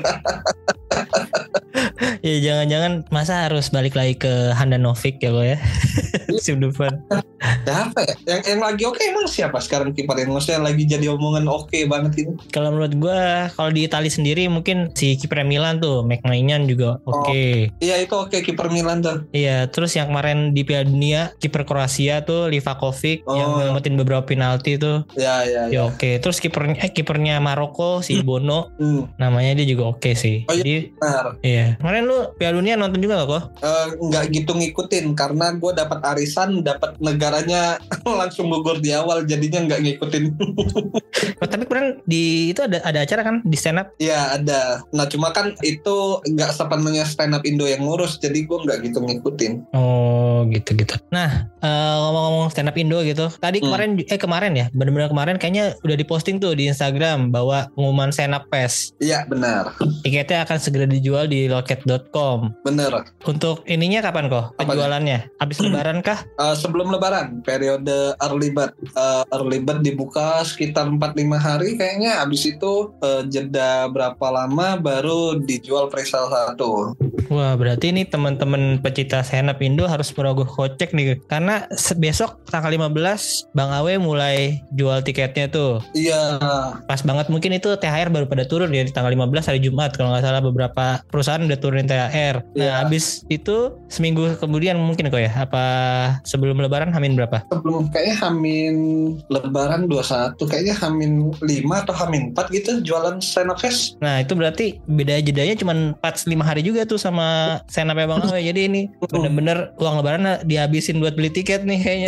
Ya jangan-jangan masa harus balik lagi ke Handanovic ya lo ya. Musim depan. Siapa ya? Yang lagi oke emang siapa sekarang kiper yang maksudnya lagi jadi omongan oke banget ini? Kalau menurut gue kalau di Italia sendiri mungkin si kiper Milan tuh Maignan juga oke. Iya itu oke kiper Milan tuh. Iya terus yang kemarin di Piala Dunia kiper Kroasia tuh Livakovic yang ngelemetin beberapa penalti tuh. Ya oke. Terus kipernya Maroko si Bono namanya dia juga oke sih. Jadi benar. Iya. Kemarin lu Piala Dunia nonton juga gak kok? Nggak gitu ngikutin karena gue dapat arisan, dapat negaranya langsung gugur di awal, jadinya nggak ngikutin. Tapi kemarin itu ada acara kan di stand up? Iya ada. Nah cuma kan itu nggak sepenuhnya stand up Indo yang ngurus, jadi gue nggak gitu ngikutin. Oh gitu. Nah ngomong-ngomong stand up Indo gitu, tadi kemarin ya, benar-benar kemarin kayaknya udah diposting tuh di Instagram bahwa pengumuman stand up fest. Iya benar. Tiketnya akan segera dijual di loket.com. Bener. Untuk ininya kapan kok penjualannya? Habis lebaran kah? Sebelum lebaran, periode early bird. Early bird dibuka sekitar 4-5 hari kayaknya. Habis itu jeda berapa lama baru dijual presale 1. Wah berarti ini teman-teman pecinta stand up Indo harus merogoh kocek nih. Karena besok tanggal 15 Bang Awe mulai jual tiketnya tuh. Iya. Pas banget mungkin itu THR baru pada turun ya di tanggal 15 hari Jumat. Kalau nggak salah beberapa perusahaan udah turunin THR. Nah habis itu seminggu kemudian mungkin kok ya. Apa sebelum lebaran Hamin berapa? Sebelum kayaknya Hamin lebaran 21. Kayaknya Hamin 5 atau Hamin 4 gitu jualan stand up fest. Nah itu berarti beda jedanya cuma 4-5 hari juga tuh sama stand up Bang Awe. Jadi ini bener-bener uang lebaran dihabisin buat beli tiket nih kayaknya.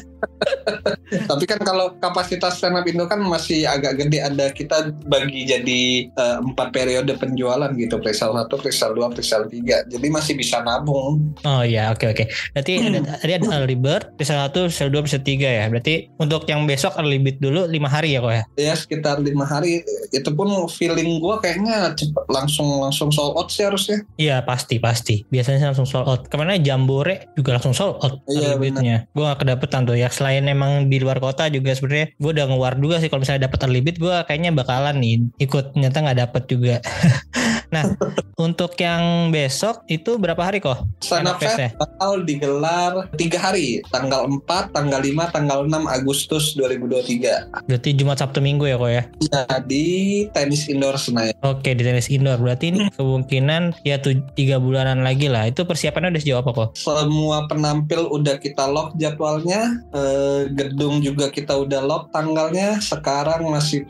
Tapi kan kalau kapasitas stand up Indo kan masih agak gede, ada kita bagi jadi 4 periode penjualan gitu, presale 1, presale 2, presale 3. Jadi masih bisa nabung. Oh iya, oke. Berarti tadi ada early bird, presale 1, presale 2, presale 3 ya. Berarti untuk yang besok early bird dulu 5 hari ya kok ya? Ya sekitar 5 hari. Itu pun feeling gue kayaknya cepet langsung sold out sih harusnya. Iya pasti. Biasanya langsung sold out. Kemarin Jambore juga langsung sold out early bidnya. Gue gak kedapetan tuh ya. Selain emang di luar kota juga sebenarnya gue udah ngewar juga sih kalau misalnya dapet early bid gue kayaknya bakalan nih ikut, ternyata nggak dapet juga. Nah untuk yang besok itu berapa hari kok? Stand up fest bakal digelar 3 hari, tanggal 4, tanggal 5, tanggal 6 Agustus 2023. Berarti Jumat Sabtu Minggu ya kok ya? Ya di tenis indoor Senayan. Oke di tenis indoor, berarti ini kemungkinan ya 3 bulanan lagi lah. Itu persiapannya udah sejauh apa kok? Semua penampil udah kita lock jadwalnya, gedung juga kita udah lock tanggalnya. Sekarang masih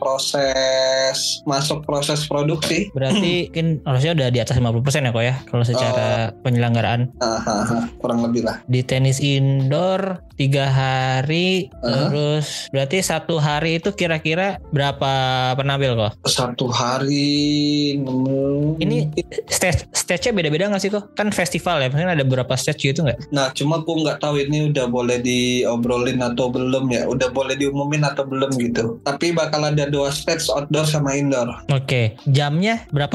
masuk proses produksi. Berarti mungkin harusnya udah di atas 50% ya kok ya kalau secara penyelenggaraan. Kurang lebih lah. Di tenis indoor 3 hari, terus berarti 1 hari itu kira-kira berapa penampil kok? 1 hari ini stage-nya beda-beda gak sih kok? Kan festival ya, mungkin ada beberapa stage gitu gak? Nah cuma gue gak tahu ini udah boleh diobrolin atau belum ya, udah boleh diumumin atau belum gitu. Tapi bakal ada 2 stage outdoor sama indoor. Oke, jamnya berapa lama tuh?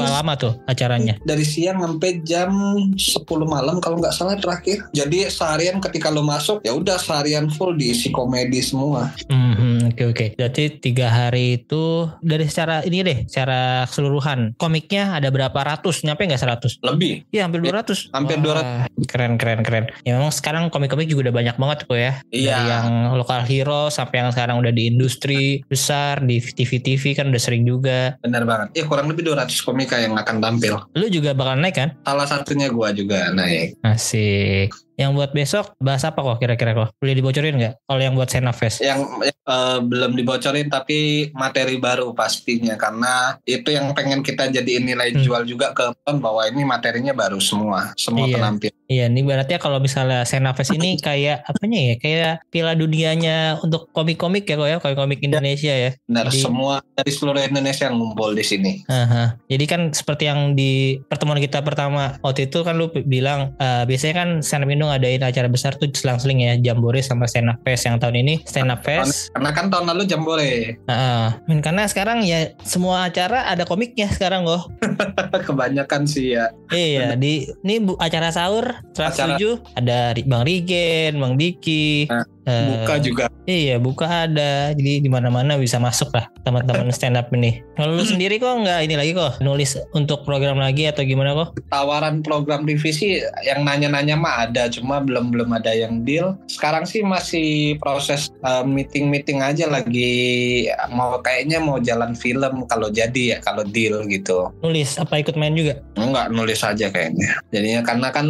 tuh acaranya? Dari siang sampai jam 10 malam kalau nggak salah terakhir. Jadi seharian ketika lo masuk ya udah seharian full diisi komedi semua. Oke. Berarti 3 hari itu dari secara ini deh, secara keseluruhan komiknya ada berapa ratus? Nyampe nggak 100? Lebih. Iya hampir 200. Hampir 200. Keren. Ya memang sekarang komik-komik juga udah banyak banget kok ya. Iya. Dari yang lokal hero sampai yang sekarang udah di industri besar, di TV kan udah sering juga. Benar banget. Ya kurang lebih 200 komika yang akan tampil. Lu juga bakal naik kan? Salah satunya gua juga naik. Asik. Yang buat besok bahas apa kok kira-kira kok? Boleh dibocorin nggak? Kalau yang buat Senafest? Yang belum dibocorin tapi materi baru pastinya karena itu yang pengen kita jadiin nilai jual juga ke penonton bahwa ini materinya baru semua penampil. Iya, ini berarti kalau misalnya Senafest ini kayak apanya ya? Kayak Piala Dunianya untuk komik-komik ya kok ya, komik Indonesia ya. Benar, semua dari seluruh Indonesia yang ngumpul di sini. Jadi kan seperti yang di pertemuan kita pertama waktu itu kan lu bilang biasanya kan Stand Up Indo ngadain acara besar tuh selang-seling ya, Jambore sama Stand Up Fest. Yang tahun ini Stand Up Fest. Karena kan tahun lalu Jambore. Karena sekarang ya semua acara ada komiknya sekarang kok. Kebanyakan sih ya. Iya, ini acara sahur Trans 7 ada Bang Rigen, Bang Diki. Buka juga. Iya, buka ada. Jadi di mana-mana bisa masuk lah teman-teman stand up ini. Kalau lu sendiri kok nggak ini lagi kok nulis untuk program lagi atau gimana kok? Tawaran program divisi yang nanya-nanya mah ada, cuma belum ada yang deal. Sekarang sih masih proses meeting aja lagi. Kayaknya mau jalan film kalau jadi ya, kalau deal gitu. Nulis apa ikut main juga? Enggak, nulis aja kayaknya. Jadinya karena kan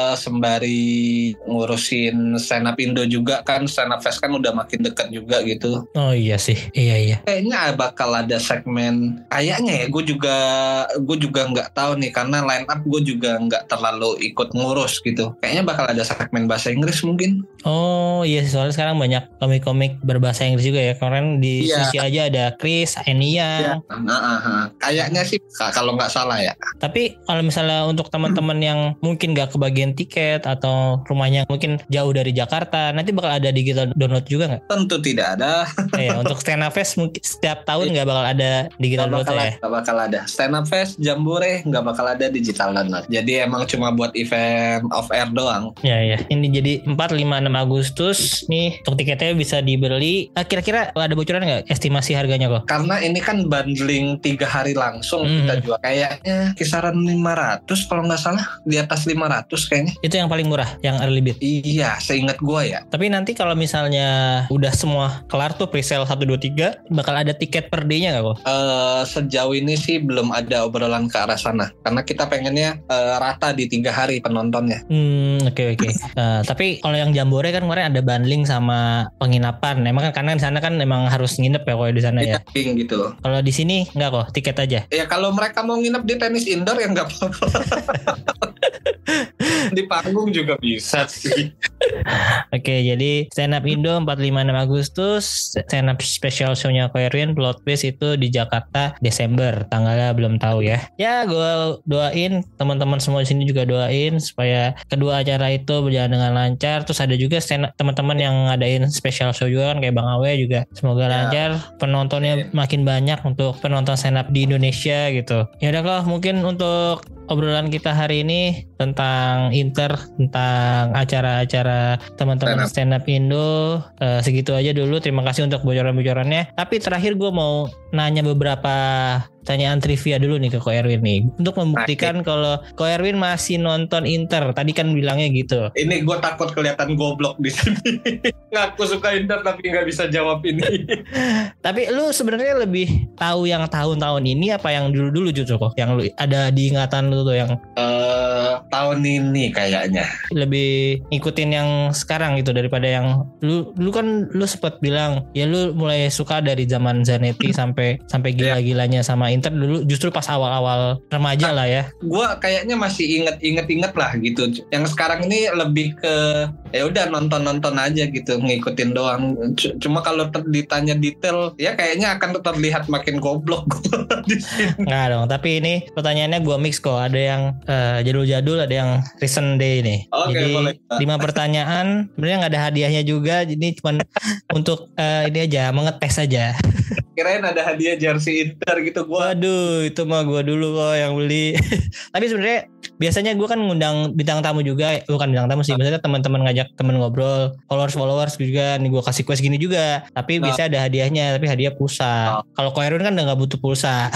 sembari ngurusin stand up Indo juga kan, Stand Up Fest kan udah makin dekat juga gitu. Oh iya sih, iya. Kayaknya bakal ada segmen, kayaknya ya, gue juga nggak tahu nih karena line up gue juga nggak terlalu ikut ngurus gitu. Kayaknya bakal ada segmen bahasa Inggris mungkin. Oh iya, soalnya sekarang banyak komik-komik berbahasa Inggris juga ya. Kemarin di Susi aja ada Chris, Enia. Kayaknya sih kalau nggak salah ya. Tapi kalau misalnya untuk teman-teman yang mungkin nggak kebagian tiket atau rumahnya mungkin jauh dari Jakarta, nanti bakal ada digital download juga nggak? Tentu tidak ada. Untuk Stand Up Fest mungkin setiap tahun nggak bakal ada digital download ya? Nggak bakal ada. Stand Up Fest, Jambore nggak bakal ada digital download. Jadi emang cuma buat event off air doang. Ya. Ini jadi 4, 5, 6 Agustus nih. Untuk tiketnya bisa dibeli. Kira-kira ada bocoran nggak estimasi harganya kok? Karena ini kan bundling 3 hari langsung kita jual. Kayaknya kisaran 500 kalau nggak salah. Di atas 500 kayaknya. Itu yang paling murah, yang early bird? Iya, seingat gue ya. Tapi nanti kalau misalnya udah semua kelar tuh presale 1, 2, 3 bakal ada tiket per day-nya gak kok? Sejauh ini sih belum ada obrolan ke arah sana karena kita pengennya rata di 3 hari penontonnya. Oke. Tapi kalau yang Jambore kan kemarin ada bundling sama penginapan. Emang kan karena di sana kan emang harus nginep ya kalau di sana ya. Gitu. Kalau di sini enggak kok, tiket aja. Ya kalau mereka mau nginep di tenis indoor ya nggak apa-apa. Di panggung juga bisa sih. Oke, jadi Stand Up Indo 4, 5, 6 Agustus, Stand Up Special Show-nya Ko Erwin Plot Twist itu di Jakarta Desember, tanggalnya belum tahu ya. Ya, gue doain teman-teman semua di sini juga doain supaya kedua acara itu berjalan dengan lancar. Terus ada juga teman-teman yang ngadain special show juga kan kayak Bang Awe juga. Semoga lancar, penontonnya makin banyak untuk penonton stand up di Indonesia gitu. Ya udah kok, mungkin untuk obrolan kita hari ini tentang tentang acara-acara teman-teman stand up Indo segitu aja dulu. Terima kasih untuk bocoran-bocorannya. Tapi terakhir gue mau nanya beberapa pertanyaan trivia dulu nih ke Ko Erwin nih untuk membuktikan kalau Ko Erwin masih nonton Inter. Tadi kan bilangnya gitu. Ini gue takut kelihatan goblok di sini. Ngaku suka Inter tapi nggak bisa jawab ini. Tapi lu sebenarnya lebih tahu yang tahun-tahun ini apa yang dulu-dulu justru kok? Yang lu ada di ingatan lu tuh yang tahun ini kayaknya. Lebih ngikutin yang sekarang gitu daripada yang lu kan lu sempat bilang ya lu mulai suka dari zaman Zanetti sampai gila-gilanya sama Inter dulu justru pas awal-awal remaja lah ya. Gua kayaknya masih inget lah gitu. Yang sekarang ini lebih ke ya udah nonton aja gitu, ngikutin doang. Cuma kalau ditanya detail ya kayaknya akan terlihat makin goblok di sini. Nggak dong, tapi ini pertanyaannya gua mix kok. Ada yang jadul-jadul, ada yang recent day nih. Jadi boleh. 5 pertanyaan, sebenarnya nggak ada hadiahnya juga. Jadi cuma untuk ini aja mengetes aja. kirain ada hadiah jersey Inter gitu. Waduh, itu mah gue dulu kok yang beli. Tapi sebenarnya biasanya gue kan ngundang bintang tamu juga, bukan bintang tamu sih, biasanya teman-teman ngajak temen ngobrol, followers juga, nih gue kasih quest gini juga. Tapi biasanya ada hadiahnya, tapi hadiah pulsa. Kalau Ko Erwin kan udah nggak butuh pulsa.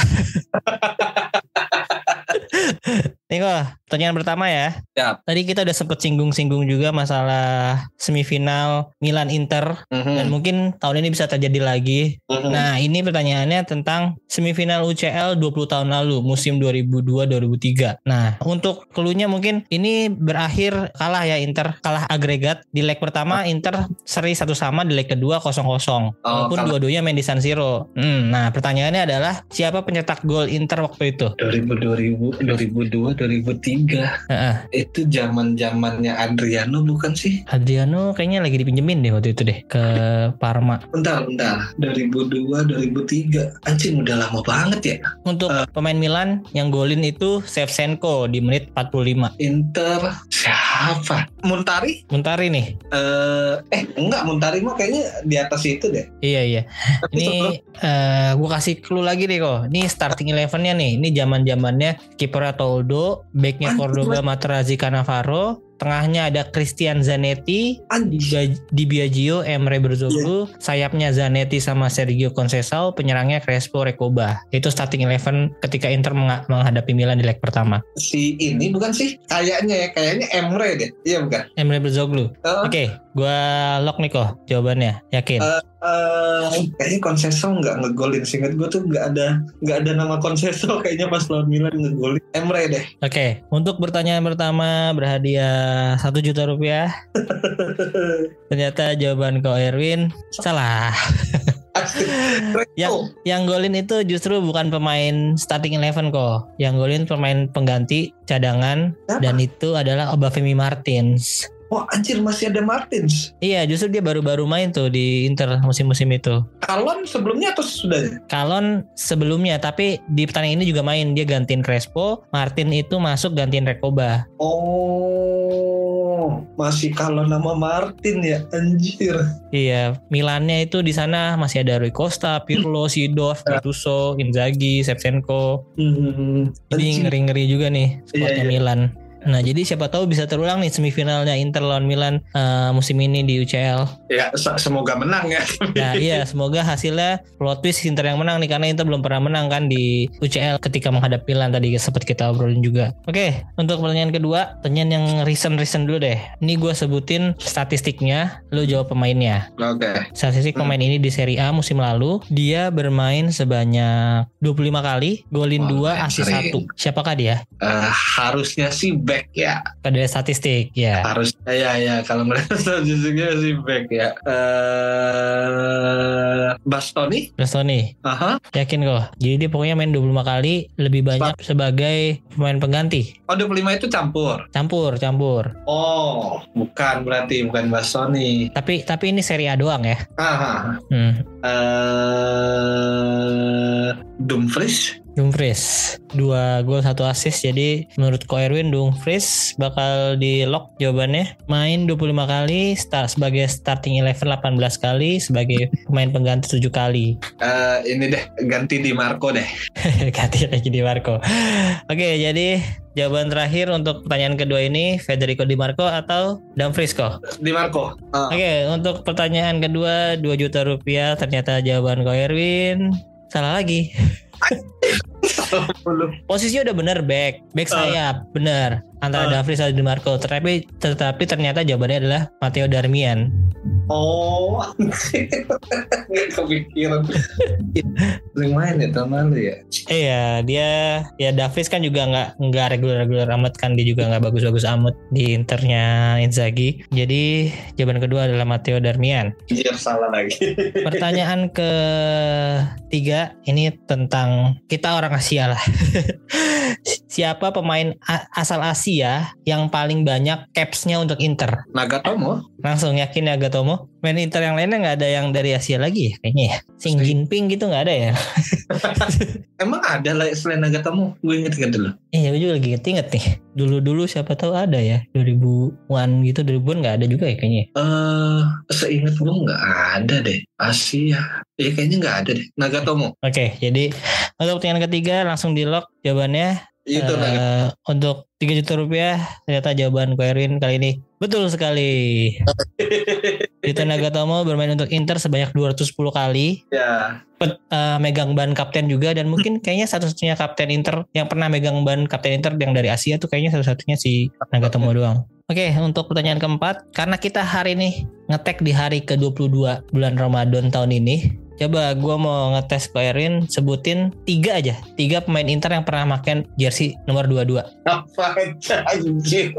Nih kok, pertanyaan pertama ya. Siap. Tadi kita udah sempet singgung-singgung juga masalah semifinal Milan Inter. Dan mungkin tahun ini bisa terjadi lagi. Nah ini pertanyaannya tentang semifinal UCL 20 tahun lalu, musim 2002-2003. Nah untuk cluenya mungkin ini berakhir kalah ya, Inter kalah agregat. Di leg pertama Inter seri 1-1, di leg kedua 0-0. Walaupun dua-duanya main di San Siro. Nah pertanyaannya adalah siapa pencetak gol Inter waktu itu? 2002 2003. Itu zaman-zamannya Adriano bukan sih? Adriano kayaknya lagi dipinjemin deh waktu itu deh ke Parma. Bentar. 2002 2003. Anjing udah lama banget ya. Untuk pemain Milan yang golin itu Shevchenko di menit 45. Inter siapa? Muntari nih. Enggak, Muntari mah kayaknya di atas itu deh. Iya. Ini gue kasih clue lagi deh kok. Ini starting 11-nya nih. Ini zaman-zamannya kipernya Toldo, backnya Cordoba, Materazzi, Cannavaro, tengahnya ada Christian Zanetti, Di Biagio, Emre Berzoglu, sayapnya Zanetti sama Sergio Conceição, penyerangnya Crespo, Recoba. Itu starting 11 ketika Inter menghadapi Milan di leg pertama. Si ini bukan sih? Kayaknya Emre deh. Iya bukan? Emre Berzoglu. Oke, gua lock nih kok jawabannya. Yakin? Kayaknya Conceição nggak ngegolin. Seingat gue tuh nggak ada nama Conceição kayaknya pas lawan Milan ngegolin. Emre deh. Oke, untuk pertanyaan pertama berhadiah 1 juta rupiah. Ternyata jawaban Ko Erwin salah. Yang golin itu justru bukan pemain starting 11 kok. Yang golin pemain pengganti cadangan. Siapa? Dan itu adalah Obafemi Martins. Oh anjir, masih ada Martins. Iya, justru dia baru-baru main tuh di Inter musim-musim itu. Kalon sebelumnya atau sesudahnya? Kalon sebelumnya, tapi di pertandingan ini juga main. Dia gantiin Crespo, Martin itu masuk gantiin Recoba. Oh, masih Kalon nama Martin ya, anjir. Iya, Milannya itu di sana masih ada Rui Costa, Pirlo, Seedorf, Gattuso, Inzaghi, Shevchenko. Jadi ngeri-ngeri juga nih squadnya Milan. Nah jadi siapa tahu bisa terulang nih semifinalnya Inter lawan Milan musim ini di UCL. Ya semoga menang ya. Nah iya, semoga hasilnya plot twist Inter yang menang nih, karena Inter belum pernah menang kan di UCL ketika menghadapi Milan tadi sempat kita obrolin juga. Oke, untuk pertanyaan kedua, pertanyaan yang recent dulu deh. Ini gue sebutin statistiknya, lu jawab pemainnya. Oke. Statistik pemain ini di Serie A musim lalu, dia bermain sebanyak 25 kali, golin 2, assist 1. Siapakah dia? Harusnya sih back ya. Pada statistik ya. Harus ya kalau mereka statistiknya sih back ya. Bastoni. Aha. Yakin kok. Jadi dia pokoknya main 25 kali, lebih banyak sebagai pemain pengganti. Oh 25 itu campur. Oh, bukan Bastoni. Tapi ini Serie A doang ya. Dumfries 2 gol 1 assist. Jadi menurut Ko Erwin, Dumfries bakal di lock jawabannya. Main 25 kali, sebagai starting 11 18 kali, sebagai pemain pengganti 7 kali. Ini deh, ganti Di Marco deh. Ganti lagi Di Marco. Oke, jadi jawaban terakhir untuk pertanyaan kedua ini, Federico Di Marco atau Dumfries kok? Di Marco. Oke, untuk pertanyaan kedua 2 juta rupiah, ternyata jawaban Ko Erwin salah lagi. Posisinya udah bener, back sayap bener antara Dumfries dan Di Marco, tetapi ternyata jawabannya adalah Matteo Darmian. Oh, nggak kepikiran. Sering main ya tahun lalu ya. Iya, dia ya Dumfries kan juga nggak reguler amat kan, dia juga nggak bagus amat di Internya Inzaghi. Jadi jawaban kedua adalah Matteo Darmian. Iya, salah lagi. Pertanyaan ketiga ini tentang kita orang Asia lah. siapa pemain asal Asia yang paling banyak caps-nya untuk Inter? Nagatomo. Langsung yakin ya Nagatomo? Main Inter yang lainnya nggak ada yang dari Asia lagi ya kayaknya ya. Xing Jinping gitu nggak ada ya? Emang ada lah selain Nagatomo? Gue inget dulu. Iya, gue juga lagi inget nih. Dulu siapa tahu ada ya. 2000-an gitu, 2000-an nggak ada juga ya kayaknya. Seingat gue nggak ada deh. Asia. Ya kayaknya nggak ada deh. Nagatomo. Oke, jadi untuk pertanyaan ketiga langsung di lock jawabannya. Itu untuk 3 juta rupiah ternyata jawaban Ko Erwin kali ini betul sekali. Yuto Nagatomo bermain untuk Inter sebanyak 210 kali. Ya. Megang ban kapten juga dan mungkin kayaknya satu-satunya kapten Inter yang pernah megang ban kapten Inter yang dari Asia tuh kayaknya satu-satunya si Nagatomo doang. Oke, untuk pertanyaan keempat, karena kita hari ini ngetek di hari ke-22 bulan Ramadan tahun ini, coba gue mau ngetes Ko Erwin, sebutin 3 aja. 3 pemain Inter yang pernah pakai jersey nomor 22. Apa aja anjir.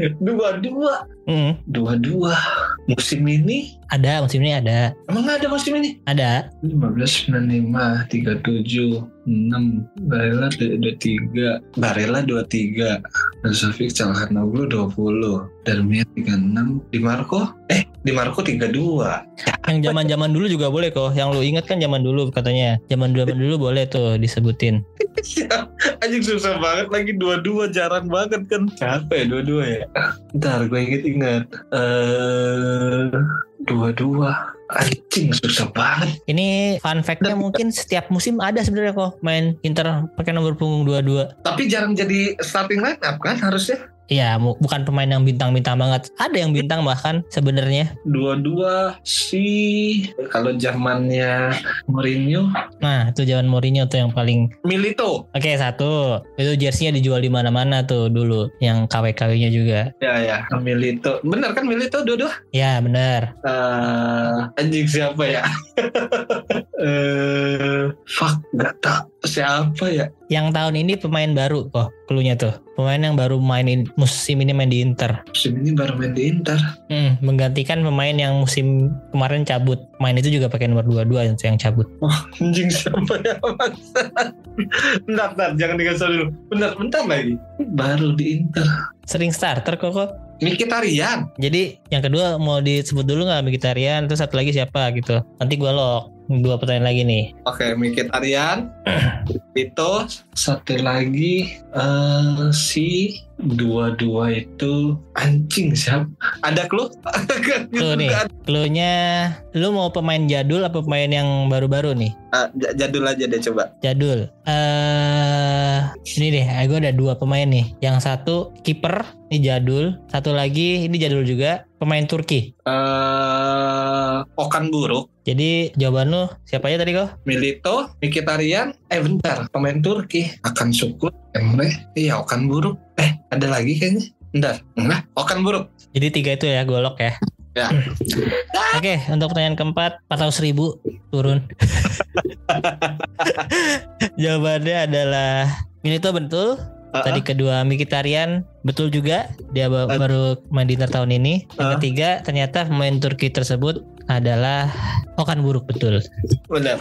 22. 22. Musim ini? Ada, musim ini ada. Emang ada musim ini? Ada. 15, 95, 37, 6, Barella 23, Brozovic, Calhanoglu 20, Darmian 36, Di Marco 32. Yang zaman-zaman dulu juga boleh kok. Yang lu inget kan zaman dulu katanya. Zaman dulu boleh tuh disebutin. Anjing susah banget lagi 22, jarang banget kan. Siapa ya 22 ya? Ntar gue inget. 22. Anjing susah banget. Ini fun fact-nya mungkin setiap musim ada sebenarnya kok main Inter pakai nomor punggung 22. Tapi jarang jadi starting line up kan harusnya. Iya, bukan pemain yang bintang-bintang banget. Ada yang bintang bahkan sebenarnya. 22 sih kalau zamannya Mourinho. Nah, itu zaman Mourinho tuh yang paling. Milito. Oke, 1. Itu jersey-nya dijual di mana-mana tuh dulu, yang KW-KW-nya juga. Ya, Milito. Bener kan Milito 22? Ya, benar. Anjing siapa ya? Fuck, nggak tahu siapa ya. Yang tahun ini pemain baru kok, cluenya tuh. Pemain yang baru mainin musim ini main di Inter. Musim ini baru main di Inter. Menggantikan pemain yang musim kemarin cabut. Main itu juga pakai nomor 22 yang cabut. Oh, anjing siapa ya? Bentar, jangan dikasih dulu. Bentar lagi. Baru di Inter. Sering starter kok. Mkhitaryan. Jadi yang kedua mau disebut dulu nggak Mkhitaryan? Terus satu lagi siapa gitu? Nanti gue lock. 2 pertanyaan lagi nih. Oke, Mkhitaryan. Itu satu lagi si 22 itu anjing siapa? Ada clue? Clue nih. Cluenya lu mau pemain jadul apa pemain yang baru-baru nih? Jadul aja deh coba. Jadul. Ini deh, gue ada 2 pemain nih. Yang satu kiper, ini jadul. Satu lagi ini jadul juga, pemain Turki. Okan Buruk. Jadi jawaban lu siapa aja tadi kok? Milito, Mkhitaryan, bentar, pemain Turki. Akan Sukut, Emre, iya Okan Buruk. Ada lagi kayaknya. Bentar, enggak, Okan Buruk. Jadi 3 itu ya, gue lock ya. Ya. Oke, untuk pertanyaan keempat, 400.000 turun. Jawabannya adalah Milito betul. Tadi kedua Mkhitaryan betul juga, dia baru main di Inter tahun ini. Yang ketiga ternyata pemain Turki tersebut adalah Okan Buruk, betul. Benar.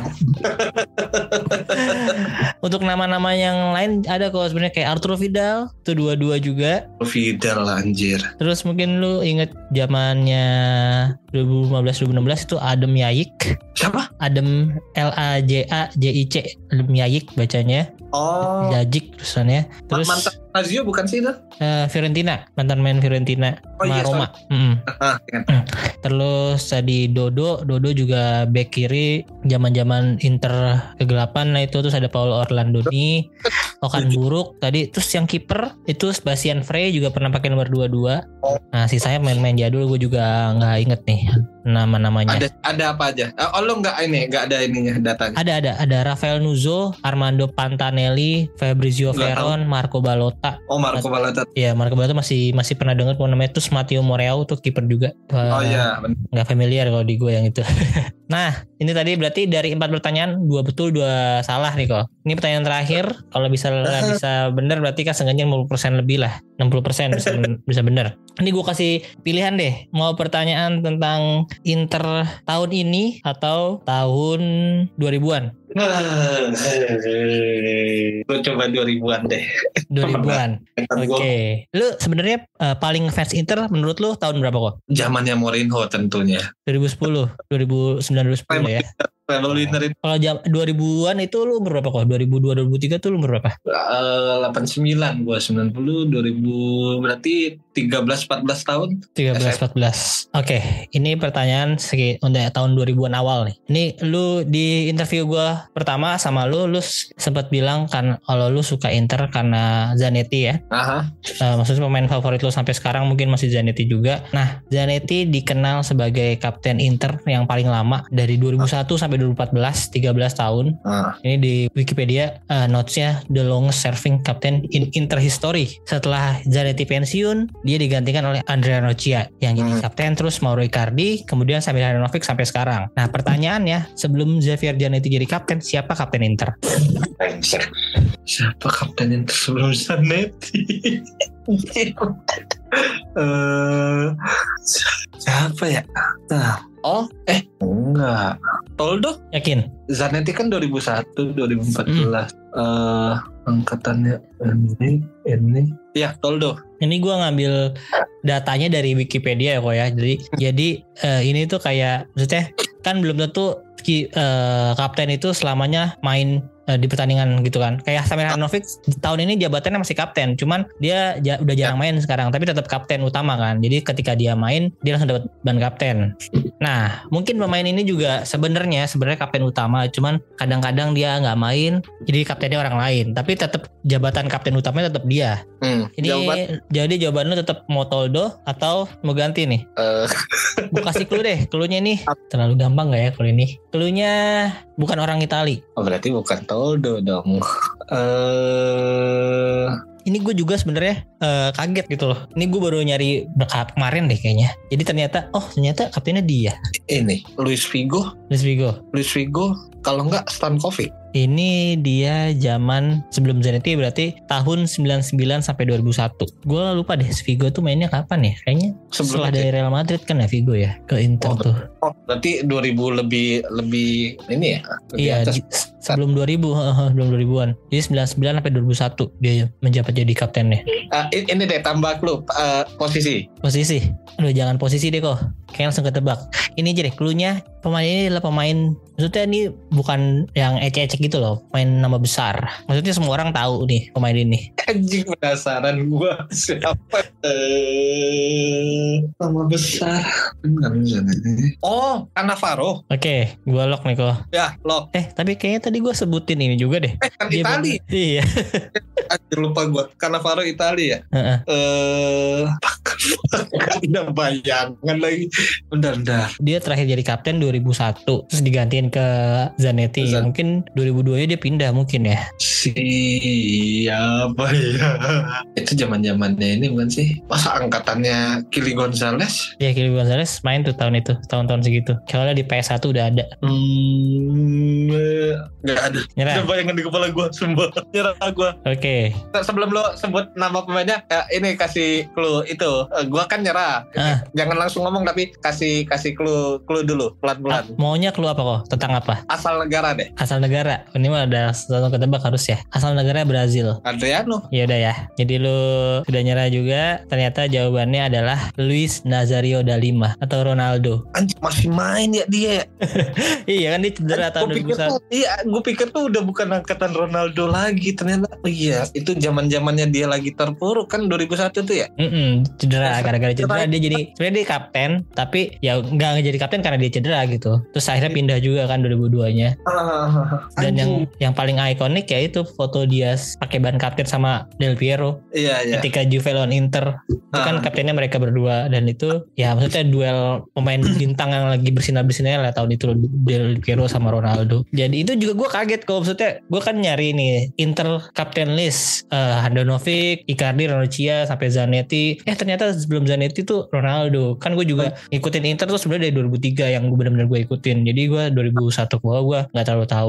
Untuk nama-nama yang lain ada kok sebenarnya, kayak Arturo Vidal, itu 22 juga. Vidal anjir. Terus mungkin lu inget zamannya 2015-2016 itu Adem Yayik. Siapa? Adem Lajajic, Adem Yayik bacanya. Oh. Jajik terusannya. Terus mantan Lazio bukan sih itu? Fiorentina, mantan main Fiorentina sama Roma. Terus tadi Dodo juga back kiri zaman-zaman Inter kegelapan lah itu. Terus ada Paulo Orlandoni, Okan Buruk tadi. Terus yang kiper itu Sebastian Frey juga pernah pakai nomor 22. Nah, sisanya main-main jadul gue juga nggak inget nih nama-namanya. Ada apa aja? Lo nggak ada ininya datanya? Ada Rafael Nuzzo, Armando Pantanelli, Fabrizio Veron, Marco Balota. Oh, Marco Balota. Iya, Marco Balota masih pernah dengar namanya. Terus Matteo Moreau tuh kiper juga. Oh iya, nggak familiar kalau di gue yang itu. Nah, ini tadi berarti dari 4 pertanyaan 2 betul 2 salah nih kok. Ini pertanyaan terakhir. Kalau bisa benar berarti kan seenggaknya 50% lebih lah. 60% bisa benar. Ini gue kasih pilihan deh. Mau pertanyaan tentang Inter tahun ini atau tahun 2000-an? Gue coba 2000-an deh. 2000-an. Oke. Lu sebenarnya paling fans Inter menurut lu tahun berapa kok? Zamannya Mourinho tentunya. 2010, 2009, 2010 ya. Treble winner itu. Kalau 2000-an itu lu umur berapa kok? 2002, 2003 tuh lu umur berapa? 89 gua 90 2000 berarti 13-14 tahun. 13-14. Oke, ini pertanyaan untuk tahun 2000-an awal nih. Ini lu di interview gua pertama sama lu sempat bilang kan kalau lu suka Inter karena Zanetti ya. Aha. Maksudnya pemain favorit lu sampai sekarang mungkin masih Zanetti juga. Nah, Zanetti dikenal sebagai kapten Inter yang paling lama dari 2001 sampai 2014, 13 tahun. Ini di Wikipedia notes-nya the longest serving captain in Inter history. Setelah Zanetti pensiun, dia digantikan oleh Andrea Noccia yang jadi kapten, terus Mauro Icardi, kemudian Samir Handanovic sampai sekarang. Nah, pertanyaannya, sebelum Xavier Zanetti jadi kapten, siapa kapten Inter? Siapa kapten Inter sebelum Zanetti? Siapa ya? Enggak. Toldo? Yakin? Zanetti kan 2001, 2014. Angkatannya ini. Ya, Toldo. Ini gue ngambil datanya dari Wikipedia ya kok ya. Jadi ini tuh kayak maksudnya kan belum tentu kapten itu selamanya main di pertandingan gitu kan. Kayak Samir Handanovic tahun ini jabatannya masih kapten, cuman dia udah jarang main sekarang, tapi tetap kapten utama kan. Jadi ketika dia main, dia langsung dapat ban kapten. Nah, mungkin pemain ini juga sebenarnya kapten utama, cuman kadang-kadang dia nggak main, jadi kaptennya orang lain. Tapi tetap jabatan kapten utamanya tetap dia. Jadi jawaban lu tetap mau Toldo atau mau ganti nih? Gue kasih clue deh. Cluenya nih terlalu gampang nggak ya kalau ini? Cluenya bukan orang Itali. Oh, berarti bukan Toldo dong. Ini gue juga sebenarnya kaget gitu loh. Ini gue baru nyari kemarin deh kayaknya. Jadi ternyata kaptennya dia. Ini Luis Figo. Kalau enggak Stankovic. Ini dia zaman sebelum Zanetti, berarti tahun 99 sampai 2001. Gue lupa deh Figo tuh mainnya kapan ya? Kayaknya setelah dari Real Madrid kan ya Figo ya ke Inter tuh. Oh, berarti 2000 lebih ini ya? Iya, sebelum 2000, belum 2000-an. Jadi 99 sampai 2001 dia menjabat jadi kaptennya. Ini deh tambah klub posisi. Aduh, jangan posisi deh kok. Kayak langsung ketebak. Ini aja deh cluenya. Pemain ini adalah pemain, maksudnya ini bukan yang ecek-ecek gitu loh, main nama besar. Maksudnya semua orang tahu nih pemain ini. Anjing, penasaran gue siapa? Nama besar. Oh, Cannavaro. Oke, gue lock nih kok. Ya, lock. Tapi kayaknya tadi gue sebutin ini juga deh. Kan Itali. Iya. Lupa gue. Cannavaro Itali ya. Udah bayangan lagi. Bentar. Dia terakhir jadi kapten 2001, terus digantiin ke Zanetti. Mungkin 2002 dia pindah mungkin ya. Siapa ya? Itu zaman-zamannya ini bukan sih? Masa angkatannya Kili Gonzalez? Ya, Kili Gonzalez main tuh tahun-tahun segitu. Soalnya di PS1 udah ada. Gak ada. Nyerah. Udah bayangan di kepala gue, sumpah. Nyerah gue. Oke. Sebelum lo sebut nama pemainnya, ini kasih clue itu. Gue kan nyerah. Jangan langsung ngomong, tapi kasih clue dulu, pelan-pelan. Maunya clue apa kok? Tentang apa? Asal negara deh. Asal negara. Ini mah ada satu ketebak harus ya. Asal negara Brazil. Adriano. Ya udah ya. Jadi lu sudah nyerah juga. Ternyata jawabannya adalah Luis Nazario da Lima atau Ronaldo. Anjir, masih main ya dia. Iya kan, dia cedera tahun 2001. Iya, gue pikir tuh udah bukan angkatan Ronaldo lagi. Ternyata iya, itu zaman-zamannya dia lagi terpuruk kan 2001 tuh ya. Cedera, gara-gara cedera dia jadi sebenarnya dia kapten, tapi ya nggak jadi kapten karena dia cedera gitu. Terus akhirnya pindah juga kan 2002-nya. Dan yang paling ikonik ya itu foto dia pakai ban kapten sama Del Piero. Iya. Ketika Juve lawan Inter, itu kan kaptennya mereka berdua, dan itu ya maksudnya duel pemain bintang yang lagi bersinar-bersinarnya lah tahun itu, Del Piero sama Ronaldo. Jadi itu juga gue kaget kok, maksudnya gue kan nyari nih Inter captain list, Handanovic, Icardi, Ranocchia sampai Zanetti. Ternyata sebelum Zanetti tuh Ronaldo. Kan gue juga ngikutin Inter tuh sebenarnya dari 2003 yang gue benar-benar gue ikutin. Jadi gue 2001 gue nggak terlalu tahu. Nah itu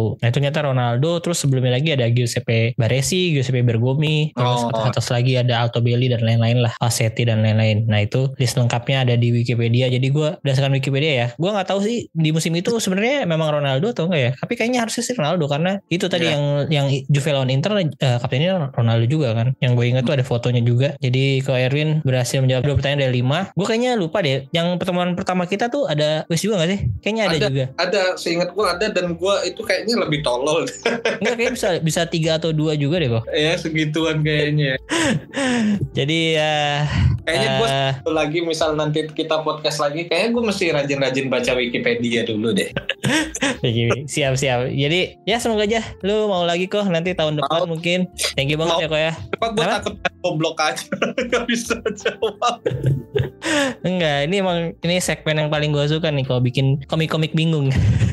ternyata Ronaldo, terus sebelumnya lagi ada Giuseppe Baresi, Giuseppe Bergomi, terus atas lagi ada Altobelli dan lain-lain lah, Passetti dan lain-lain. Nah itu list lengkapnya ada di Wikipedia. Jadi gue berdasarkan Wikipedia ya, gue nggak tahu sih di musim itu sebenarnya memang Ronaldo atau enggak ya. Tapi kayaknya harusnya sih Ronaldo karena itu tadi yang Juve lawan Inter kaptennya Ronaldo juga kan. Yang gue ingat tuh ada fotonya juga. Jadi kalau Erwin berhasil menjawab 2 pertanyaan dari 5. Gue kayaknya lupa deh. Yang pertemuan pertama kita tuh ada quiz juga gak sih? Kayaknya ada juga. Ada, seingat gue ada, dan gue itu kayaknya lebih tolol. Enggak, kayaknya bisa 3 atau 2 juga deh kok. Ya segituan kayaknya. Jadi kayaknya gue lagi misal nanti kita podcast lagi, kayaknya gue mesti rajin-rajin baca Wikipedia dulu deh. Siap. Jadi ya semoga aja lu mau lagi kok nanti tahun depan mungkin. Thank you banget ya kok ya. Cuma gue takut goblok aja gak bisa jawab. Enggak, ini segmen yang paling gue suka nih kalau bikin komik-komik bingung.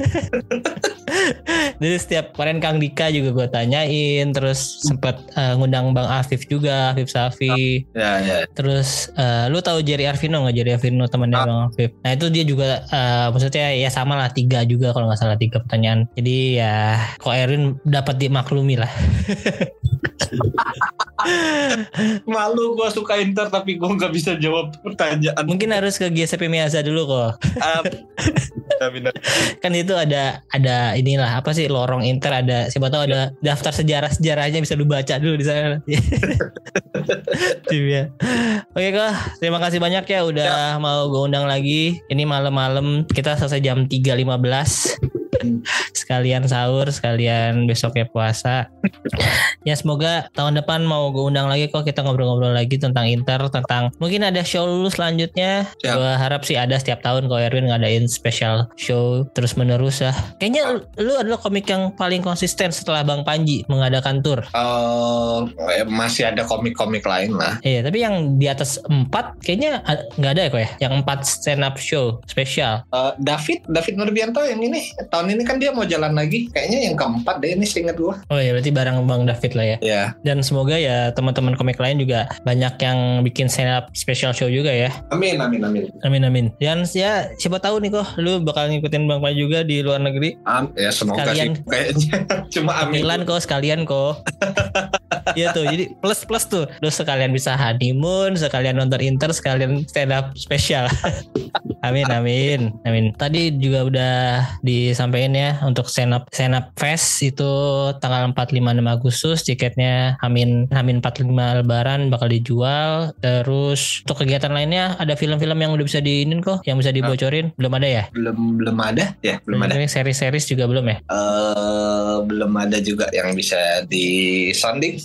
Jadi setiap kemarin Kang Dika juga gue tanyain, terus sempat ngundang Bang Afif juga, Afif Safi. Ya. Terus lu tahu Jerry Arvino nggak? Jerry Arvino temannya Bang Afif. Nah itu dia juga maksudnya ya sama lah 3 juga kalau nggak salah 3 pertanyaan. Jadi ya kok Erwin dapat dimaklumi lah. Malu gue suka Inter tapi gue nggak bisa jawab pertanyaan. Mungkin harus ke Giuseppe Meazza dulu kok. Kan itu ada inilah apa sih lorong Inter, ada siapa tahu ada daftar sejarahnya bisa lu baca dulu di sana. Oke kok, terima kasih banyak ya udah mau gue undang lagi. Ini malam-malam kita selesai jam 3.15. Sekalian sahur, sekalian besoknya puasa. Ya semoga tahun depan mau gue undang lagi kok, kita ngobrol-ngobrol lagi tentang Inter, tentang mungkin ada show lu selanjutnya. Gue harap sih ada setiap tahun kalau Erwin ngadain special show terus menerus ya. Kayaknya lu adalah komik yang paling konsisten setelah Bang Panji mengadakan tour. Masih ada komik-komik lain lah. Iya, tapi yang di atas 4 kayaknya nggak ada ya kok ya. Yang 4 stand up show spesial. David Nurbianto yang ini tahun ini kan dia mau jalan lagi. Kayaknya yang keempat deh ini seingat gue. Oh iya, berarti bareng Bang David lah ya. Iya. Dan semoga ya teman-teman komik lain juga banyak yang bikin stand up special show juga ya. Amin. Dan ya siapa tahu nih kok lu bakal ngikutin Bang Panji juga di luar negeri. Ya semoga sekalian, sih kayaknya. Cuma amin. Sekalian kok. Iya tuh, jadi plus tuh. Lu sekalian bisa honeymoon, sekalian nonton Inter, sekalian stand up spesial. Amin. Tadi juga udah disampaikan ya untuk stand up fest itu tanggal 4-5-6 Agustus, tiketnya Hamin 45 Lebaran bakal dijual. Terus untuk kegiatan lainnya ada film-film yang udah bisa diinin kok, yang bisa dibocorin. Belum ada ya? Belum ada ya, belum ada. Seri-series juga belum ya? Belum ada juga yang bisa disonding.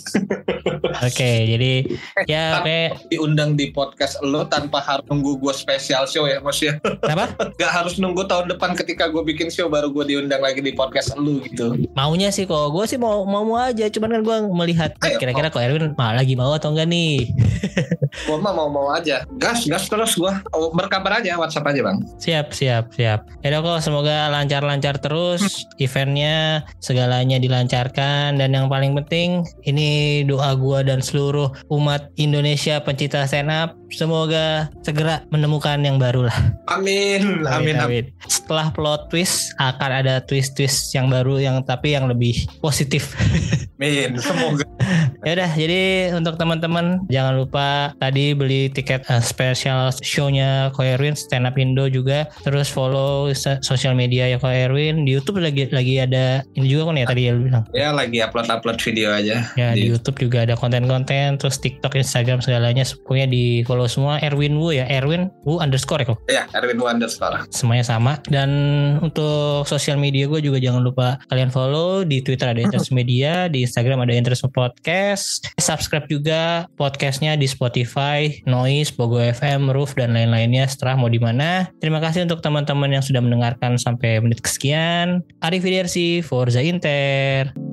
Oke, jadi ya kayak diundang di podcast lo tanpa harus nunggu gue special show ya Mas ya. Kenapa? Gak harus nunggu tahun depan ketika gue bikin show baru gue diundang lagi di podcast lo gitu. Maunya sih kok, gue sih mau aja, cuman kan gue melihat kira-kira kok Erwin lagi mau atau enggak nih. Gue mah mau aja. Gas terus gue. Berkabar aja, WhatsApp aja Bang. Siap. Ya kok, semoga lancar-lancar terus eventnya, segalanya dilancarkan, dan yang paling penting ini doa gue dan seluruh umat Indonesia pencinta stand up, semoga segera menemukan yang baru lah. Amin. Setelah plot twist akan ada twist yang baru tapi yang lebih positif. Amin, semoga. Ya udah, jadi untuk teman-teman jangan lupa tadi beli tiket spesial show-nya Ko Erwin Stand Up Indo juga. Terus follow sosial media ya Ko Erwin. Di YouTube lagi ada ini juga kan ya tadi ya lu bilang. Ya lagi upload video aja. Ya di YouTube juga ada konten-konten, terus TikTok, Instagram segalanya pokoknya di follow semua. Erwin Wu ya, Erwin Wu _ ya kok. Ya, Erwin Wu _ semuanya sama. Dan untuk sosial media gue juga jangan lupa kalian follow. Di Twitter ada Interest Media, di Instagram ada Interest Podcast. Subscribe juga podcastnya di Spotify, Noise, Pogo FM, Roof, dan lain-lainnya. Setelah mau di mana. Terima kasih untuk teman-teman yang sudah mendengarkan sampai menit kesekian. Arrivederci, Forza Inter.